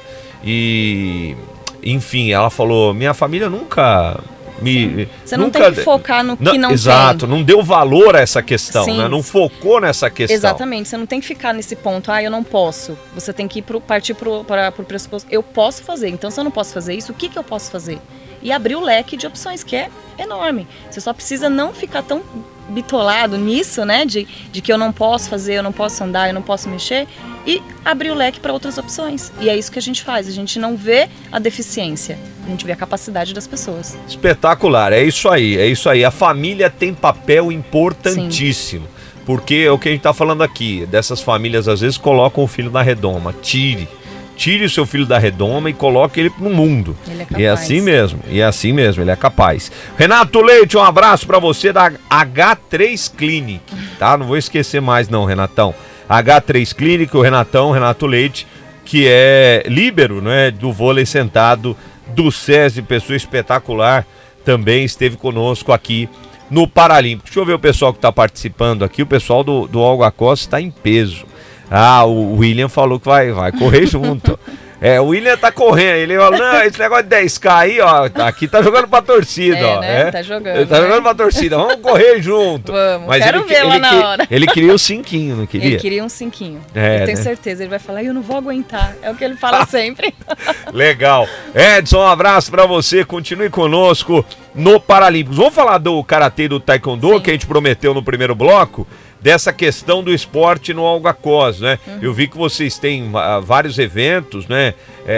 E, enfim, ela falou, minha família nunca... Me, você não nunca, tem que focar no que não, não exato, tem. não deu valor a essa questão, né? Não focou nessa questão. Exatamente, você não tem que ficar nesse ponto, ah, eu não posso. Você tem que ir pro, partir para o pressuposto, eu posso fazer, então se eu não posso fazer isso, o que, que eu posso fazer? E abrir o leque de opções, que é enorme. Você só precisa não ficar tão bitolado nisso, né? De, de que eu não posso fazer, eu não posso andar, eu não posso mexer, e abrir o leque para outras opções. E é isso que a gente faz, a gente não vê a deficiência, a gente vê a capacidade das pessoas. Espetacular, é isso aí, é isso aí. A família tem papel importantíssimo. Sim. Porque é o que a gente está falando aqui, dessas famílias às vezes colocam o filho na redoma, tire. Tire o seu filho da redoma e coloque ele no mundo. Ele é capaz. E é assim mesmo, e é assim mesmo, ele é capaz. Renato Leite, um abraço para você da H três Clinic, tá? Não vou esquecer mais não, Renatão. H três Clinic, o Renatão, Renato Leite, que é líbero, né, do vôlei sentado do SESI, pessoa espetacular, também esteve conosco aqui no Paralímpico. Deixa eu ver o pessoal que está participando aqui, o pessoal do, do Olga Costa está em peso. Ah, o William falou que vai, vai correr junto. É, o William tá correndo, ele falou, não, esse negócio de dez K aí, ó, aqui tá jogando pra torcida, é, ó. Né? É, tá jogando. Ele tá né? jogando pra torcida, vamos correr junto. Vamos, mas quero ele, ver ele, lá ele, na hora. Ele queria o cinquinho, não queria? Ele queria um cinquinho, é, eu tenho né? certeza, ele vai falar, eu não vou aguentar, é o que ele fala sempre. Legal. Edson, um abraço pra você, continue conosco no Paralímpicos. Vamos falar do Karatê e do Taekwondo, sim, que a gente prometeu no primeiro bloco? Dessa questão do esporte no Olga Cos, né? Uhum. Eu vi que vocês têm uh, vários eventos, né?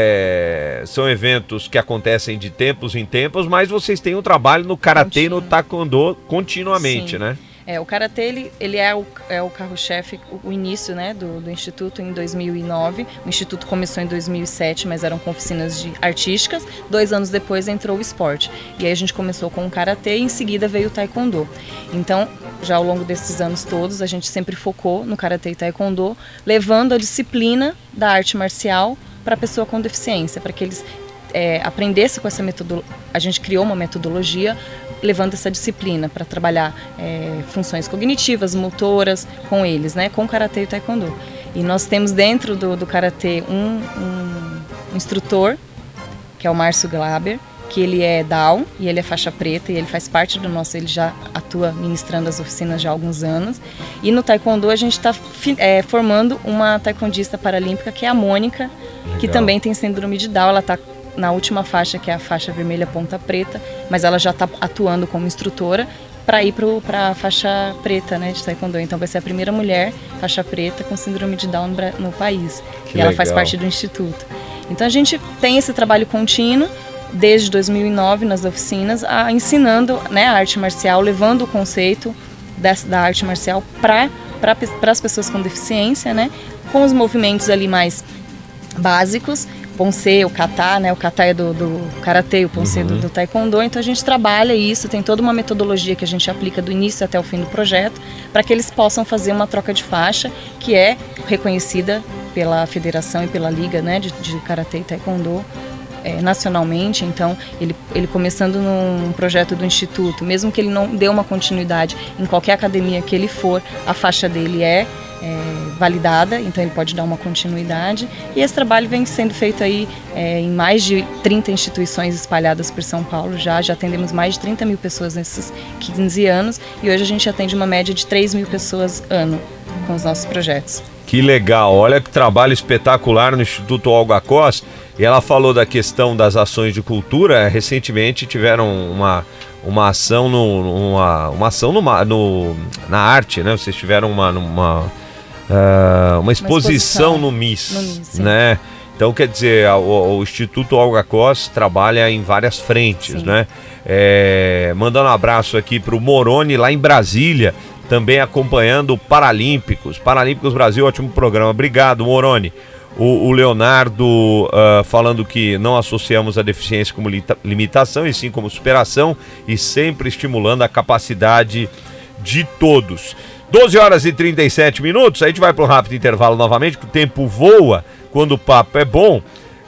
É, são eventos que acontecem de tempos em tempos, mas vocês têm um trabalho no Karatê e no Taekwondo continuamente, sim, né? É, o Karatê, ele, ele é o, é o carro-chefe, o, o início, né, do, do Instituto em dois mil e nove. O Instituto começou em dois mil e sete, mas eram com oficinas de artísticas. Dois anos depois entrou o esporte. E aí a gente começou com o Karatê e em seguida veio o Taekwondo. Então, já ao longo desses anos todos, a gente sempre focou no Karatê e Taekwondo, levando a disciplina da arte marcial para a pessoa com deficiência, para que eles é, aprendessem com essa metodologia. A gente criou uma metodologia levando essa disciplina para trabalhar é, funções cognitivas, motoras com eles, né, com o Karatê e o Taekwondo. E nós temos dentro do, do Karatê um, um, um instrutor, que é o Márcio Glaber, que ele é Down e ele é faixa preta e ele faz parte do nosso, ele já atua ministrando as oficinas já há alguns anos. E no Taekwondo a gente está é, formando uma taekwondista paralímpica que é a Mônica, Legal. Que também tem síndrome de Down. Ela está na última faixa, que é a faixa vermelha ponta preta, mas ela já está atuando como instrutora para ir para a faixa preta, né, de Taekwondo. Então vai ser a primeira mulher faixa preta com síndrome de Down no, no país. Que e legal. Ela faz parte do instituto. Então a gente tem esse trabalho contínuo desde dois mil e nove nas oficinas, a, ensinando, né, a arte marcial, levando o conceito dessa, da arte marcial para para as pessoas com deficiência, né, com os movimentos ali mais básicos, Ponsê, o kata, né, o kata é do, do karatê, o Ponsê uhum. do, do taekwondo. Então a gente trabalha isso, tem toda uma metodologia que a gente aplica do início até o fim do projeto, para que eles possam fazer uma troca de faixa que é reconhecida pela federação e pela liga, né, de, de karatê e taekwondo é, nacionalmente. Então ele, ele começando num projeto do instituto, mesmo que ele não dê uma continuidade em qualquer academia que ele for, a faixa dele é É, validada, então ele pode dar uma continuidade, e esse trabalho vem sendo feito aí é, em mais de trinta instituições espalhadas por São Paulo. Já, já atendemos mais de trinta mil pessoas nesses quinze anos, e hoje a gente atende uma média de três mil pessoas ano com os nossos projetos. Que legal, olha que trabalho espetacular no Instituto Olga Costa. E ela falou da questão das ações de cultura. Recentemente tiveram uma, uma ação, no, uma, uma ação no, no, na arte, né? Vocês tiveram uma, uma, uh, uma exposição, uma exposição no M I S, no M I S, né? Então, quer dizer, o, o Instituto Olga Costa trabalha em várias frentes, sim, né? É, mandando um abraço aqui para o Moroni, lá em Brasília, também acompanhando o Paralímpicos. Paralímpicos Brasil, ótimo programa. Obrigado, Moroni. O, o Leonardo uh, falando que não associamos a deficiência como limitação, e sim como superação, e sempre estimulando a capacidade de todos. doze horas e trinta e sete minutos, a gente vai para um rápido intervalo novamente, que o tempo voa quando o papo é bom.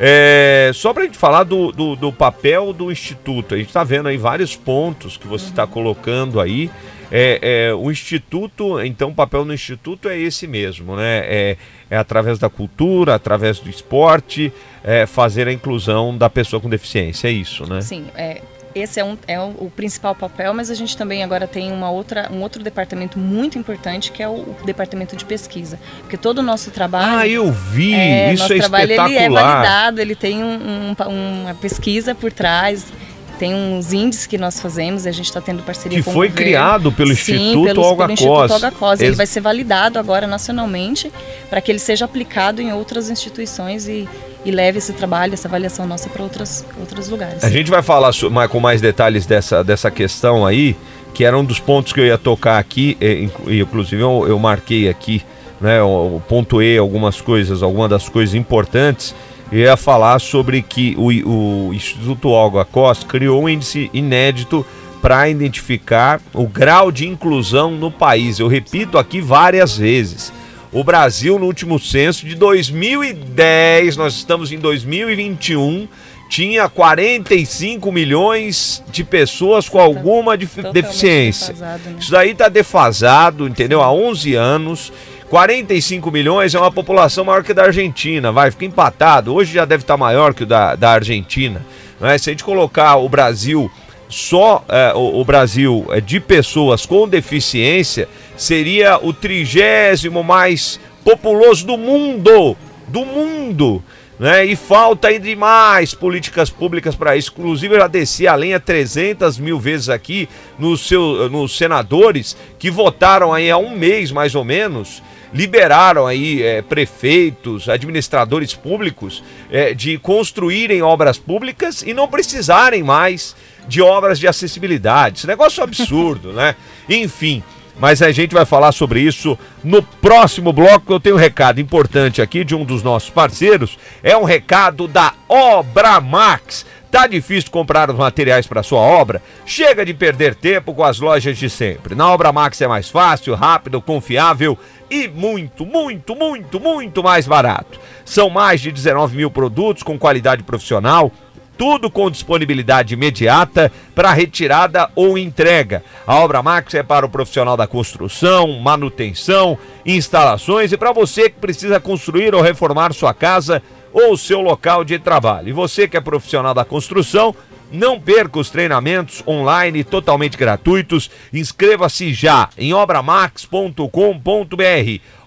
É, só para a gente falar do, do, do papel do Instituto, a gente está vendo aí vários pontos que você está uhum. colocando aí. É, é, o Instituto, então o papel no Instituto é esse mesmo, né? É, é através da cultura, através do esporte, é, fazer a inclusão da pessoa com deficiência, é isso, né? Sim, é, esse é, um, é um, o principal papel, mas a gente também agora tem uma outra, um outro departamento muito importante, que é o, o departamento de pesquisa, porque todo o nosso trabalho... Ah, eu vi! É, isso nosso é trabalho, espetacular! Ele é validado, ele tem um, um, uma pesquisa por trás... Tem uns índices que nós fazemos e a gente está tendo parceria que com o foi governo. criado pelo Sim, Instituto pelo, Olga pelo Instituto Olga Costa. Costa. Ele Ex- vai ser validado agora nacionalmente para que ele seja aplicado em outras instituições e, e leve esse trabalho, essa avaliação nossa para outros lugares. A gente vai falar com mais detalhes dessa, dessa questão aí, que era um dos pontos que eu ia tocar aqui, e, inclusive eu, eu marquei aqui, né, eu pontuei algumas coisas, algumas das coisas importantes. Eu ia falar sobre que o, o Instituto Olga Costa criou um índice inédito para identificar o grau de inclusão no país. Eu repito aqui várias vezes. O Brasil, no último censo de dois mil e dez, nós estamos em dois mil e vinte e um, tinha quarenta e cinco milhões de pessoas com alguma dif- deficiência. Defasado, né? Isso daí está defasado, entendeu? Há onze anos. quarenta e cinco milhões é uma população maior que a da Argentina, vai, fica empatado. Hoje já deve estar maior que o da, da Argentina. Né? Se a gente colocar o Brasil, só é, o, o Brasil é, de pessoas com deficiência, seria o trigésimo mais populoso do mundo, do mundo. Né? E falta ainda mais políticas públicas para isso. Inclusive eu já desci a lenha trezentas mil vezes aqui nos, seu, nos senadores que votaram aí há um mês mais ou menos, liberaram aí é, prefeitos, administradores públicos é, de construírem obras públicas e não precisarem mais de obras de acessibilidade. Esse negócio é absurdo, né? Enfim, mas a gente vai falar sobre isso no próximo bloco. Eu tenho um recado importante aqui de um dos nossos parceiros, é um recado da Obra Max. Tá difícil comprar os materiais para sua obra? Chega de perder tempo com as lojas de sempre. Na Obra Max é mais fácil, rápido, confiável e muito, muito, muito, muito mais barato. São mais de dezenove mil produtos com qualidade profissional, tudo com disponibilidade imediata para retirada ou entrega. A Obra Max é para o profissional da construção, manutenção, instalações e para você que precisa construir ou reformar sua casa ou seu local de trabalho. E você que é profissional da construção, não perca os treinamentos online totalmente gratuitos. Inscreva-se já em obra max ponto com ponto b r.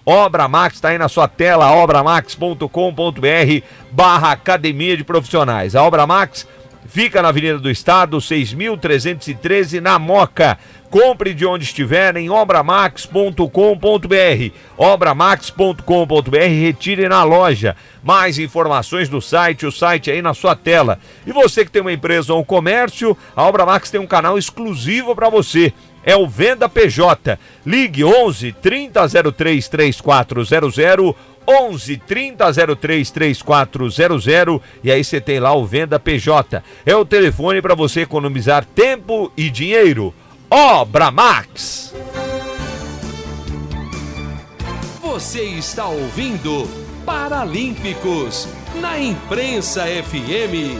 Obra Max está aí na sua tela, obramax.com.br barra Academia de Profissionais. A Obra Max fica na Avenida do Estado, seis mil trezentos e treze, na Moca. Compre de onde estiver em obramax ponto com ponto br. obramax ponto com ponto br, retire na loja. Mais informações do site, o site aí na sua tela. E você que tem uma empresa ou um comércio, a Obra Max tem um canal exclusivo para você. É o Venda P J. Ligue onze, trinta, zero três, trinta e quatro zero zero, onze, trinta, zero três, trinta e quatro zero zero, e aí você tem lá o Venda P J. É o telefone para você economizar tempo e dinheiro. Obra Max. Você está ouvindo Paralímpicos na Imprensa F M.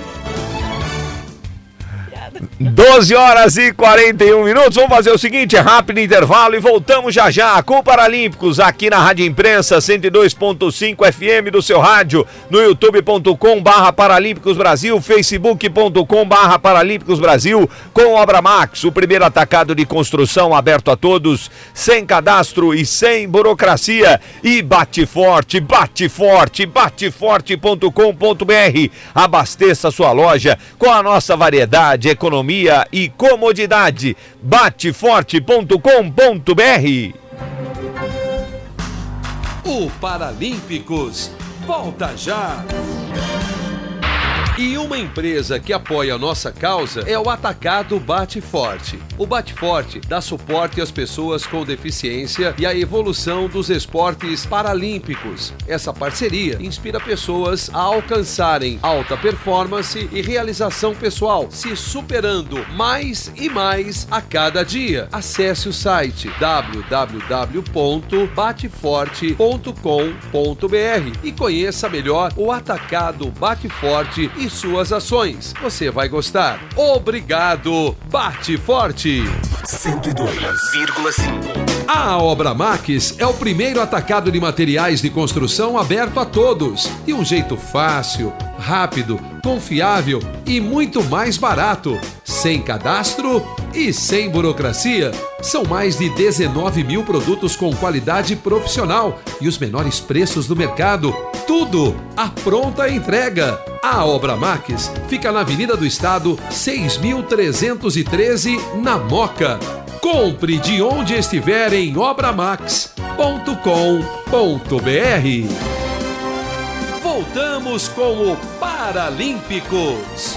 doze horas e quarenta e um minutos. Vamos fazer o seguinte, é rápido intervalo e voltamos já já com o Paralímpicos aqui na Rádio Imprensa cento e dois ponto cinco F M do seu rádio, no youtube ponto com barra Paralímpicos Brasil, facebook ponto com barra Paralímpicos Brasil, com Obra Max, o primeiro atacado de construção aberto a todos, sem cadastro e sem burocracia. E bate forte, bate forte, bate forte ponto com ponto br. Abasteça sua loja com a nossa variedade, economia e comodidade. bate forte ponto com ponto br. O Paralímpicos volta já. E uma empresa que apoia a nossa causa é o Atacado Bate Forte. O Bate Forte dá suporte às pessoas com deficiência e à evolução dos esportes paralímpicos. Essa parceria inspira pessoas a alcançarem alta performance e realização pessoal, se superando mais e mais a cada dia. Acesse o site w w w ponto bate forte ponto com ponto br e conheça melhor o Atacado Bate Forte e suas ações. Você vai gostar. Obrigado, Bate Forte. cento e dois vírgula cinco. A Obra Max é o primeiro atacado de materiais de construção aberto a todos, de um jeito fácil, rápido, confiável e muito mais barato, sem cadastro e sem burocracia. São mais de dezenove mil produtos com qualidade profissional e os menores preços do mercado. Tudo à pronta entrega. A Obra Max fica na Avenida do Estado, seis mil trezentos e treze, na Moca. Compre de onde estiver em obramax ponto com ponto br. Voltamos com o Paralímpicos.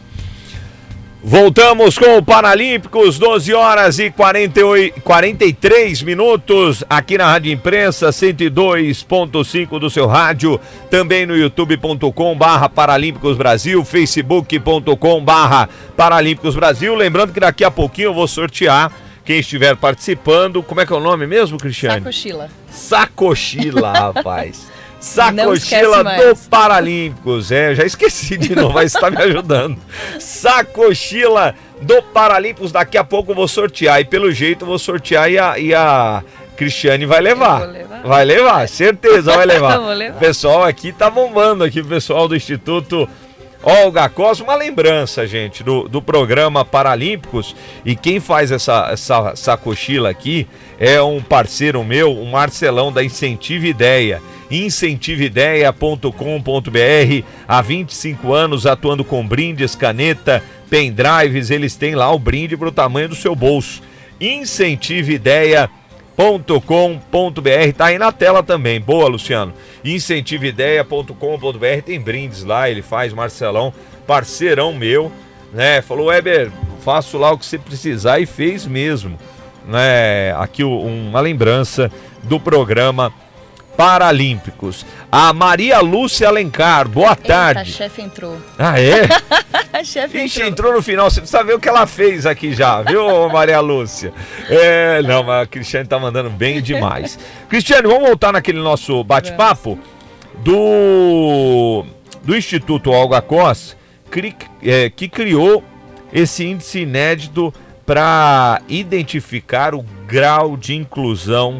Voltamos com o Paralímpicos, doze horas e quarenta e oito, quarenta e três minutos, aqui na Rádio Imprensa cento e dois ponto cinco do seu rádio, também no youtube ponto com barra Paralímpicos Brasil, facebook ponto com barra Paralímpicos Brasil. Lembrando que daqui a pouquinho eu vou sortear quem estiver participando. Como é que é o nome mesmo, Cristiane? Sacochila. Sacochila, rapaz. Sacochila do Paralímpicos. É, já esqueci de novo, mas está me ajudando. Sacochila do Paralímpicos. Daqui a pouco eu vou sortear. E pelo jeito eu vou sortear e a, e a Cristiane vai levar. levar. Vai levar, certeza vai levar. Vou levar. O pessoal aqui tá bombando aqui, o pessoal do Instituto Olga Costa. Uma lembrança, gente, do, do programa Paralímpicos. E quem faz essa, essa sacochila aqui é um parceiro meu, o Marcelão da Incentive Ideia. incentive ideia ponto com ponto br. Há vinte e cinco anos atuando com brindes, caneta, pendrives. Eles têm lá o brinde para o tamanho do seu bolso. incentive ideia ponto com ponto br. Tá aí na tela também. Boa, Luciano. incentive ideia ponto com ponto br. Tem brindes lá, ele faz, Marcelão, parceirão meu, né? Falou, Weber, faço lá o que você precisar, e fez mesmo, né? Aqui uma lembrança do programa Paralímpicos. A Maria Lúcia Alencar, boa Eita, tarde. A chefe entrou. Ah, é? A chefe Ixi, entrou. entrou no final, você precisa ver o que ela fez aqui já, viu, Maria Lúcia? É, não, mas a Cristiane tá mandando bem demais. Cristiane, vamos voltar naquele nosso bate-papo do, do Instituto Olga Costa, que, é, que criou esse índice inédito para identificar o grau de inclusão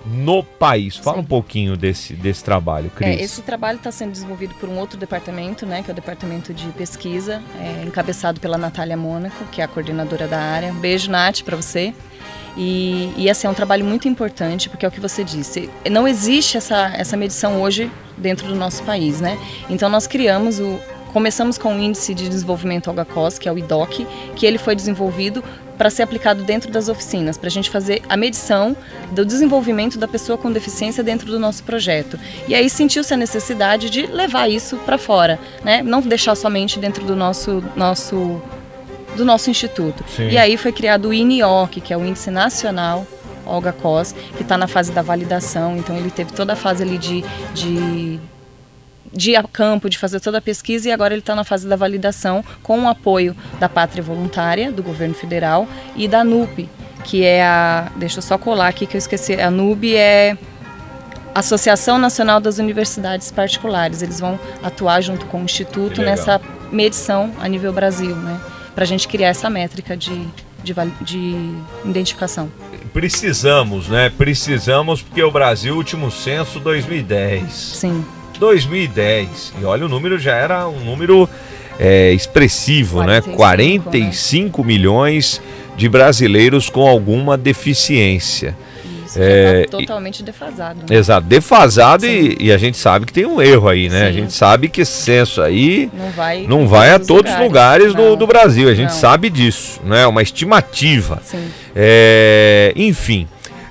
no país. Fala Sim. um pouquinho desse, desse trabalho, Cris. É, esse trabalho está sendo desenvolvido por um outro departamento, né, que é o departamento de pesquisa, é, encabeçado pela Natália Mônaco, que é a coordenadora da área. Beijo, Nath, para você. E, e assim, é um trabalho muito importante, porque é o que você disse, não existe essa, essa medição hoje dentro do nosso país, né? Então nós criamos o... Começamos com o Índice de Desenvolvimento Olga Cos, que é o I D O C, que ele foi desenvolvido para ser aplicado dentro das oficinas, para a gente fazer a medição do desenvolvimento da pessoa com deficiência dentro do nosso projeto. E aí sentiu-se a necessidade de levar isso para fora, né? Não deixar somente dentro do nosso, nosso, do nosso instituto. Sim. E aí foi criado o I N I O C, que é o Índice Nacional Olga Cos, que está na fase da validação, então ele teve toda a fase ali de... de de ir a campo, de fazer toda a pesquisa, e agora ele está na fase da validação com o apoio da Pátria Voluntária, do governo federal, e da N U P, que é a... Deixa eu só colar aqui que eu esqueci. A N U B é Associação Nacional das Universidades Particulares. Eles vão atuar junto com o Instituto nessa medição a nível Brasil, né? Para a gente criar essa métrica de, de, de identificação. Precisamos, né? Precisamos, porque o Brasil, último censo, dois mil e dez. Sim. dois mil e dez, e olha, o número já era um número é, expressivo, quarenta e cinco, né? quarenta e cinco né? milhões de brasileiros com alguma deficiência. Isso, é, tá totalmente e, defasado. Né? Exato, defasado e, e a gente sabe que tem um erro aí, né? Sim. A gente sabe que esse censo aí não vai, não vai a todos os lugares, lugares do, do Brasil, a gente não. sabe disso, né? Uma estimativa. Sim. É, enfim...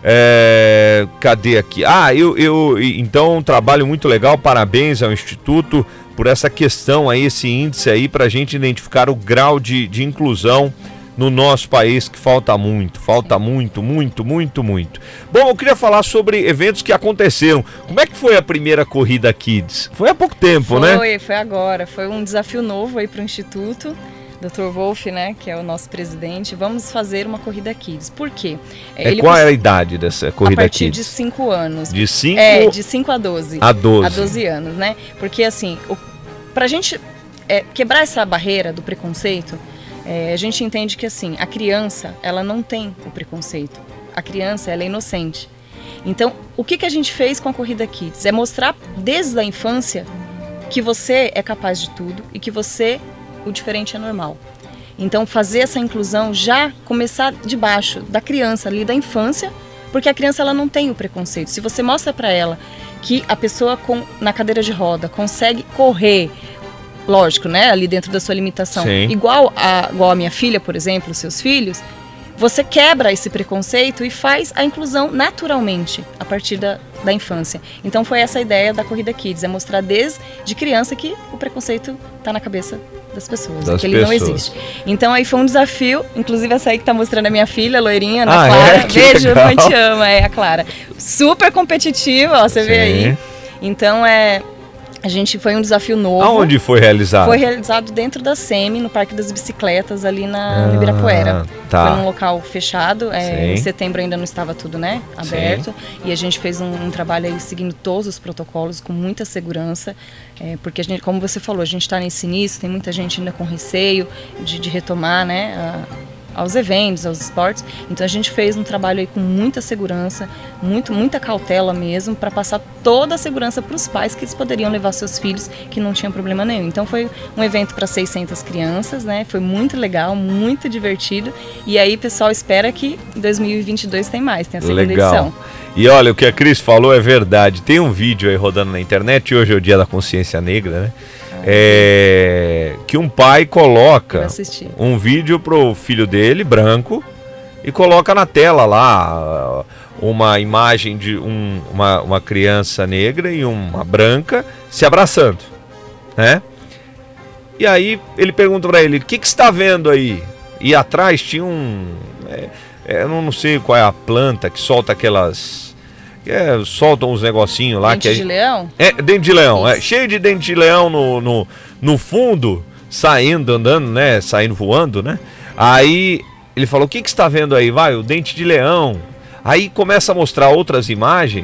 É, cadê aqui? Ah, eu, eu então um trabalho muito legal, parabéns ao Instituto por essa questão aí, esse índice aí, para a gente identificar o grau de, de inclusão no nosso país, que falta muito, falta muito, muito, muito, muito. Bom, eu queria falar sobre eventos que aconteceram. Como é que foi a primeira corrida Kids? Foi há pouco tempo, foi, né? Foi, foi agora, foi um desafio novo aí para o Instituto. doutor Wolf, né, que é o nosso presidente, vamos fazer uma corrida Kids. Por quê? É, Ele qual é a idade dessa corrida Kids? A partir Kids? de cinco anos. De cinco? É, de cinco a doze. A doze. A doze anos, né? Porque assim, o, pra gente é, quebrar essa barreira do preconceito, é, a gente entende que assim, a criança, ela não tem o preconceito. A criança, ela é inocente. Então, o que, que a gente fez com a corrida Kids? É mostrar desde a infância que você é capaz de tudo e que você... o diferente é normal. Então fazer essa inclusão já começar de baixo, da criança ali, da infância, porque a criança ela não tem o preconceito. Se você mostra para ela que a pessoa com, na cadeira de roda consegue correr, lógico, né, ali dentro da sua limitação, igual a, igual a minha filha, por exemplo, os seus filhos, você quebra esse preconceito e faz a inclusão naturalmente, a partir da, da infância. Então foi essa a ideia da Corrida Kids, é mostrar desde criança que o preconceito está na cabeça das pessoas, das que ele pessoas. não existe. Então aí foi um desafio, inclusive essa aí que tá mostrando a minha filha, a loirinha, Ana ah, Clara. É? Beijo, mãe, te ama, é a Clara. Super competitiva, ó, você Sim. vê aí. Então é... A gente foi um desafio novo. Aonde foi realizado? Foi realizado dentro da SEMI, no Parque das Bicicletas, ali na ah, Ibirapuera. Tá. Foi num local fechado, é, em setembro ainda não estava tudo, né, aberto. Sim. E a gente fez um, um trabalho aí seguindo todos os protocolos, com muita segurança. É, porque, a gente, como você falou, a gente está nesse início, tem muita gente ainda com receio de, de retomar, né, a, aos eventos, aos esportes. Então a gente fez um trabalho aí com muita segurança, muito, muita cautela mesmo, para passar toda a segurança para os pais, que eles poderiam levar seus filhos, que não tinham problema nenhum. Então foi um evento para seiscentas crianças, né? Foi muito legal, muito divertido. E aí, pessoal, espera que em dois mil e vinte e dois tem mais, tem a segunda legal. edição. E olha, o que a Cris falou é verdade. Tem um vídeo aí rodando na internet, hoje é o Dia da Consciência Negra, né? É, que um pai coloca um vídeo pro filho dele, branco, e coloca na tela lá uma imagem de um, uma, uma criança negra e uma branca se abraçando, né? E aí ele pergunta para ele, o que que você está vendo aí? E atrás tinha um... É, é, eu não sei qual é a planta que solta aquelas... É, soltam uns negocinhos lá. Dente que é, de leão? É, dente de leão, é, cheio de dente de leão no, no, no fundo, saindo, andando, né, saindo voando, né. Aí ele falou, o que que você está vendo aí? Vai, o dente de leão. Aí começa a mostrar outras imagens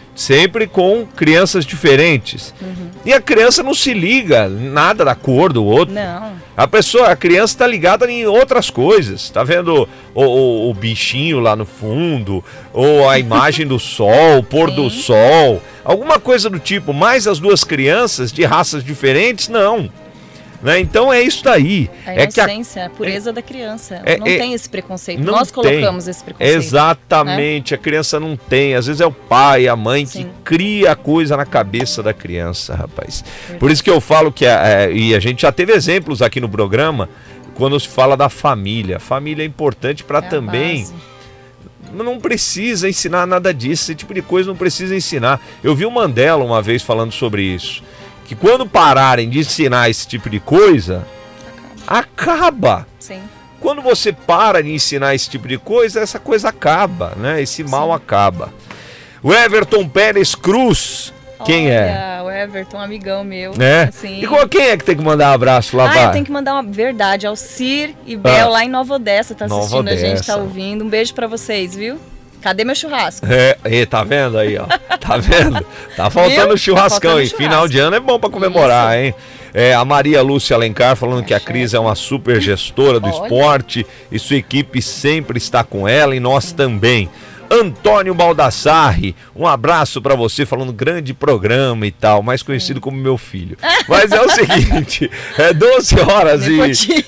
sempre com crianças diferentes. Uhum. E a criança não se liga nada da cor do outro. Não. A pessoa, a criança está ligada em outras coisas. Tá vendo o, o, o bichinho lá no fundo, ou a imagem do sol, o pôr Sim. do sol, alguma coisa do tipo. Mas as duas crianças de raças diferentes, não. Né? Então é isso daí. A é inocência, que a, a pureza é, da criança. É, não é, tem esse preconceito. tem. Nós colocamos esse preconceito. Exatamente. Né? A criança não tem. Às vezes é o pai, a mãe Sim. que cria a coisa na cabeça da criança, rapaz. Verdade. Por isso que eu falo que, é, e a gente já teve exemplos aqui no programa, quando se fala da família. A família é importante para é também... Não precisa ensinar nada disso. Esse tipo de coisa não precisa ensinar. Eu vi o Mandela uma vez falando sobre isso. Que quando pararem de ensinar esse tipo de coisa, acaba. Sim. Quando você para de ensinar esse tipo de coisa, essa coisa acaba, né? Esse mal Sim. acaba. O Everton Pérez Cruz, quem Olha, é? O Everton, amigão meu. É? Assim. E qual, quem é que tem que mandar um abraço lá? Ah, eu tenho que mandar uma verdade ao Cir e Bel, ah. lá em Nova Odessa, tá assistindo Nova a gente, Odessa. tá ouvindo. Um beijo pra vocês, viu? Cadê meu churrasco? É, e, tá vendo aí, ó? Tá vendo? Tá faltando churrascão, tá hein? Final de ano é bom pra comemorar, Isso. hein? É, a Maria Lúcia Alencar falando que a Cris é uma super gestora do Olha. esporte e sua equipe sempre está com ela e nós Sim. também. Antônio Baldassarri, um abraço pra você, falando grande programa e tal, mais conhecido Sim. como meu filho. Mas é o seguinte, é doze horas e...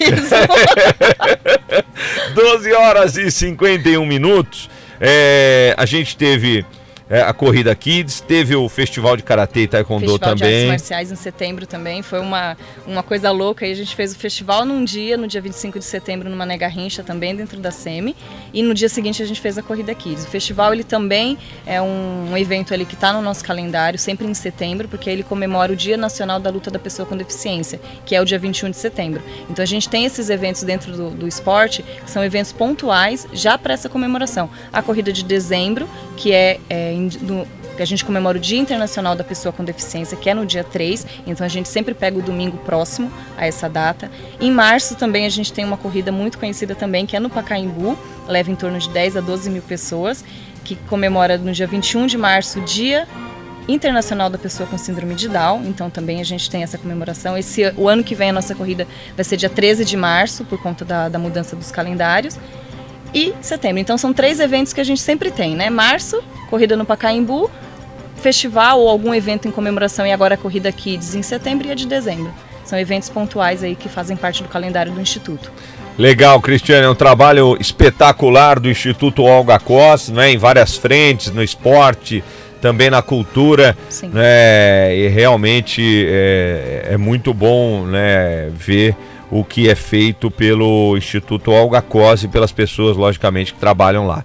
doze horas e cinquenta e um minutos. É, a gente teve é, a Corrida Kids, teve o Festival de Karatê e Taekwondo festival também. Festival de Artes Marciais em setembro também, foi uma, uma coisa louca. Aí a gente fez o festival num dia, no dia vinte e cinco de setembro, numa Mané Garrincha, também dentro da SEMI. E no dia seguinte a gente fez a Corrida Kids. O festival, ele também é um, um evento ali que está no nosso calendário, sempre em setembro, porque ele comemora o Dia Nacional da Luta da Pessoa com Deficiência, que é o dia vinte e um de setembro. Então a gente tem esses eventos dentro do, do esporte, que são eventos pontuais já para essa comemoração. A Corrida de dezembro, que é, é do, que a gente comemora o Dia Internacional da Pessoa com Deficiência, que é no dia três, então a gente sempre pega o domingo próximo a essa data. Em março também a gente tem uma corrida muito conhecida também, que é no Pacaembu, leva em torno de dez a doze mil pessoas, que comemora no dia vinte e um de março o Dia Internacional da Pessoa com Síndrome de Down, então também a gente tem essa comemoração. Esse, o ano que vem a nossa corrida vai ser dia treze de março, por conta da, da mudança dos calendários. E setembro. Então são três eventos que a gente sempre tem, né? Março, corrida no Pacaembu, festival ou algum evento em comemoração e agora a Corrida Kids em setembro e a de dezembro. São eventos pontuais aí que fazem parte do calendário do Instituto. Legal, Cristiane, é um trabalho espetacular do Instituto Olga Costa, né? Em várias frentes, no esporte, também na cultura, Sim. né? E realmente é, é muito bom, né, ver o que é feito pelo Instituto Olga Costa e pelas pessoas, logicamente, que trabalham lá.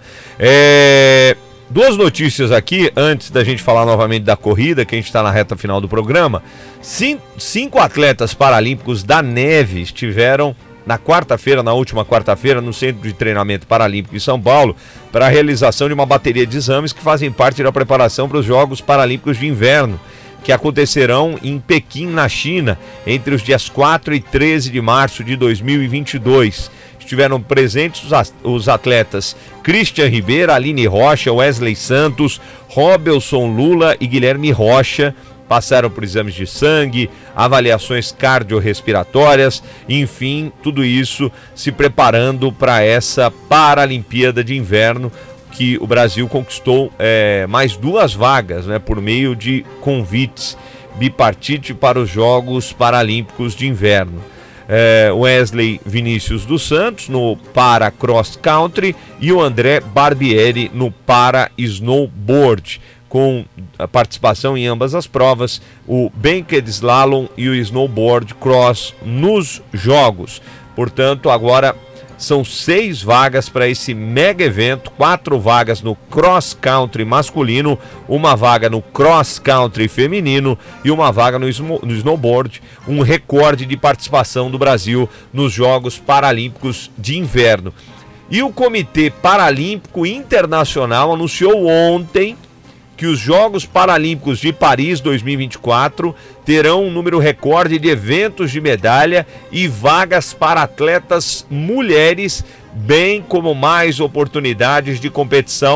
É, duas notícias aqui, antes da gente falar novamente da corrida, que a gente está na reta final do programa. Cinco, cinco atletas paralímpicos da neve estiveram na quarta-feira, na última quarta-feira, no Centro de Treinamento Paralímpico em São Paulo, para a realização de uma bateria de exames que fazem parte da preparação para os Jogos Paralímpicos de Inverno, que acontecerão em Pequim, na China, entre os dias quatro e treze de março de dois mil e vinte e dois. Estiveram presentes os atletas Christian Ribeiro, Aline Rocha, Wesley Santos, Robelson Lula e Guilherme Rocha. Passaram por exames de sangue, avaliações cardiorrespiratórias, enfim, tudo isso se preparando para essa Paralimpíada de Inverno, que o Brasil conquistou é, mais duas vagas, né, por meio de convites bipartite para os Jogos Paralímpicos de Inverno. É, Wesley Vinícius dos Santos no Para Cross Country e o André Barbieri no Para Snowboard, com a participação em ambas as provas, o Banked Slalom e o Snowboard Cross nos Jogos. Portanto, agora são seis vagas para esse mega evento, quatro vagas no cross country masculino, uma vaga no cross country feminino e uma vaga no, no snowboard, um recorde de participação do Brasil nos Jogos Paralímpicos de Inverno. E o Comitê Paralímpico Internacional anunciou ontem que os Jogos Paralímpicos de Paris dois mil e vinte e quatro terão um número recorde de eventos de medalha e vagas para atletas mulheres, bem como mais oportunidades de competição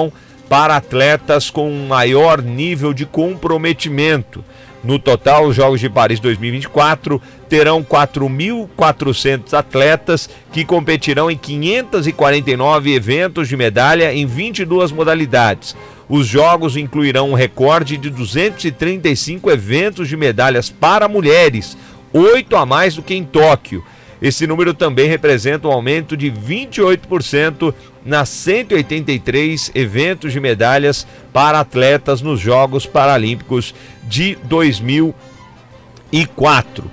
para atletas com maior nível de comprometimento. No total, os Jogos de Paris dois mil e vinte e quatro terão quatro mil e quatrocentos atletas que competirão em quinhentos e quarenta e nove eventos de medalha em vinte e duas modalidades. Os Jogos incluirão um recorde de duzentos e trinta e cinco eventos de medalhas para mulheres, oito a mais do que em Tóquio. Esse número também representa um aumento de vinte e oito por cento nas cento e oitenta e três eventos de medalhas para atletas nos Jogos Paralímpicos de dois mil e quatro.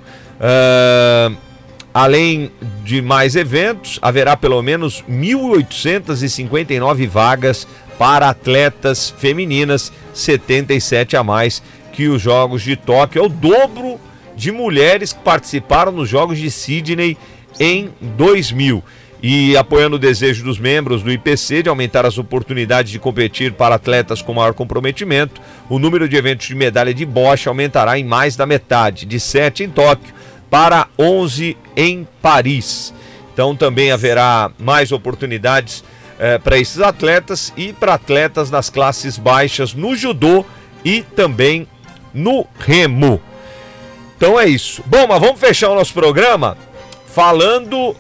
Uh, além de mais eventos, haverá pelo menos mil oitocentas e cinquenta e nove vagas para atletas femininas, setenta e sete a mais que os Jogos de Tóquio. É o dobro de mulheres que participaram nos Jogos de Sydney em dois mil. E apoiando o desejo dos membros do I P C de aumentar as oportunidades de competir para atletas com maior comprometimento, o número de eventos de medalha de bocha aumentará em mais da metade, de sete em Tóquio para onze em Paris. Então também haverá mais oportunidades eh, para esses atletas e para atletas nas classes baixas no judô e também no remo. Então é isso. Bom, mas vamos fechar o nosso programa falando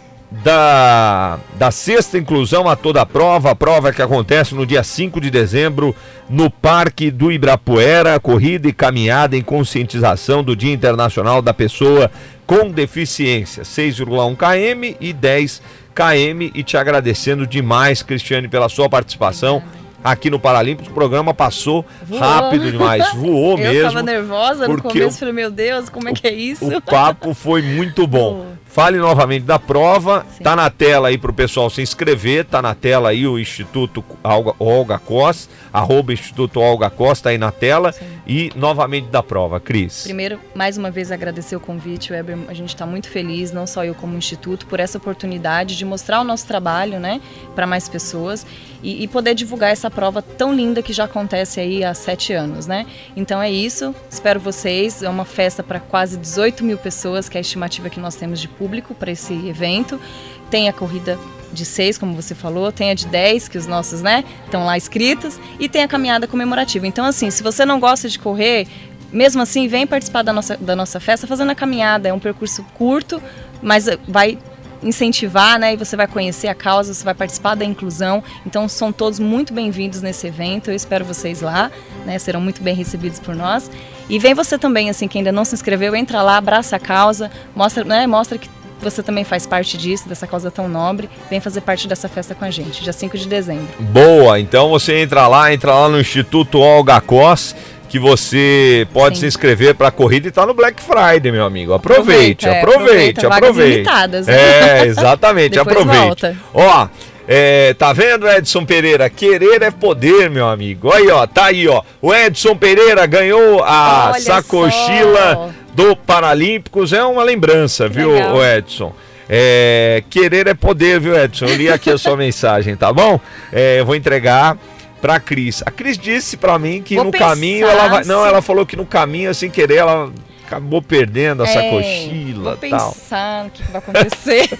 da, da sexta inclusão a toda a prova, a prova que acontece no dia cinco de dezembro no Parque do Ibirapuera, corrida e caminhada em conscientização do Dia Internacional da Pessoa com Deficiência, seis vírgula um quilômetros e dez quilômetros, e te agradecendo demais, Cristiane, pela sua participação aqui no Paralímpicos. O programa passou voou. rápido demais, voou eu mesmo. Eu tava nervosa no começo, falei, meu Deus, como é que é isso? O papo foi muito bom. Fale novamente da prova, Sim. tá na tela aí pro pessoal se inscrever, tá na tela aí o Instituto Olga Costa, arroba Instituto Olga Costa aí na tela. Sim. E novamente da prova, Cris. Primeiro, mais uma vez agradecer o convite, Weber, a gente está muito feliz, não só eu como Instituto, por essa oportunidade de mostrar o nosso trabalho, né, para mais pessoas e, e poder divulgar essa prova tão linda que já acontece aí há sete anos, né? Então é isso, espero vocês, é uma festa para quase dezoito mil pessoas, que é a estimativa que nós temos de público para esse evento. Tem a corrida de seis, como você falou, tem a de dez, que os nossos, né, estão lá escritos, e tem a caminhada comemorativa. Então, assim, se você não gosta de correr, mesmo assim, vem participar da nossa, da nossa festa fazendo a caminhada. É um percurso curto, mas vai incentivar, né, e você vai conhecer a causa, você vai participar da inclusão. Então, são todos muito bem-vindos nesse evento. Eu espero vocês lá, né, serão muito bem recebidos por nós. E vem você também, assim, que ainda não se inscreveu, entra lá, abraça a causa, mostra, né, mostra que você também faz parte disso, dessa causa tão nobre. Vem fazer parte dessa festa com a gente, dia cinco de dezembro. Boa, então você entra lá, entra lá no Instituto Olga Cos, que você pode Sim. se inscrever para a corrida e tá no Black Friday, meu amigo. Aproveite, aproveita, aproveite, é, aproveite. Vagas limitadas, né? É, exatamente, aproveite. Volta. Ó, é, tá vendo, Edson Pereira? Querer é poder, meu amigo. Aí, ó, tá aí, ó. O Edson Pereira ganhou a Olha sacochila só. do Paralímpicos. É uma lembrança, viu, Legal. Edson? É, querer é poder, viu, Edson? Eu li aqui a sua mensagem, tá bom? É, eu vou entregar pra Cris. A Cris disse pra mim que vou no caminho ela vai... Não, ela falou que no caminho, sem querer, ela acabou perdendo a é, sacochila e tal. Vou pensar no que vai acontecer.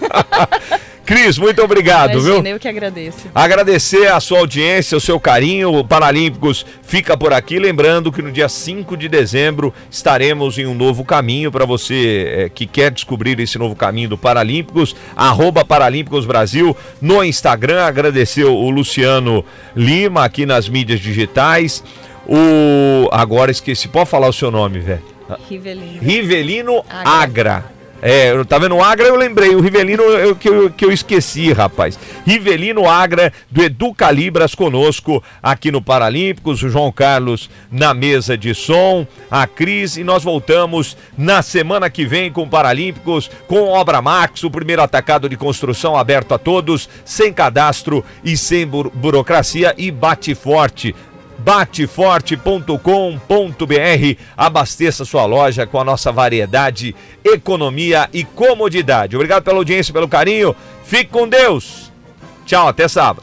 Cris, muito obrigado, Imagina, viu? Eu que agradeço. Agradecer a sua audiência, o seu carinho. O Paralímpicos fica por aqui. Lembrando que no dia cinco de dezembro estaremos em um novo caminho para você é, que quer descobrir esse novo caminho do Paralímpicos. Arroba Paralímpicos Brasil no Instagram. Agradecer o Luciano Lima aqui nas mídias digitais. O... Agora esqueci. Pode falar o seu nome, velho? Rivelino. Rivelino Agra. Agra. É, tá vendo o Agra, eu lembrei, o Rivelino eu, que, eu, que eu esqueci, rapaz. Rivelino Agra, do Educalibras, conosco aqui no Paralímpicos, o João Carlos na mesa de som, a Cris, e nós voltamos na semana que vem com o Paralímpicos, com Obra Max, o primeiro atacado de construção aberto a todos, sem cadastro e sem buro- burocracia, e bate forte. bate forte ponto com ponto b r. Abasteça sua loja com a nossa variedade, economia e comodidade. Obrigado pela audiência, pelo carinho. Fique com Deus. Tchau, até sábado.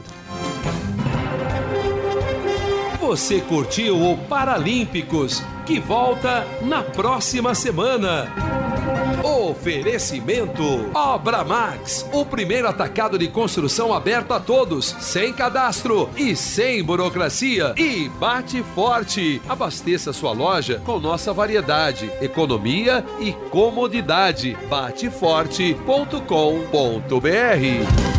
Você curtiu o Paralímpicos, que volta na próxima semana. O Oferecimento Obra Max, o primeiro atacado de construção aberto a todos, sem cadastro e sem burocracia. E Bate Forte, abasteça sua loja com nossa variedade, economia e comodidade. bate forte ponto com ponto br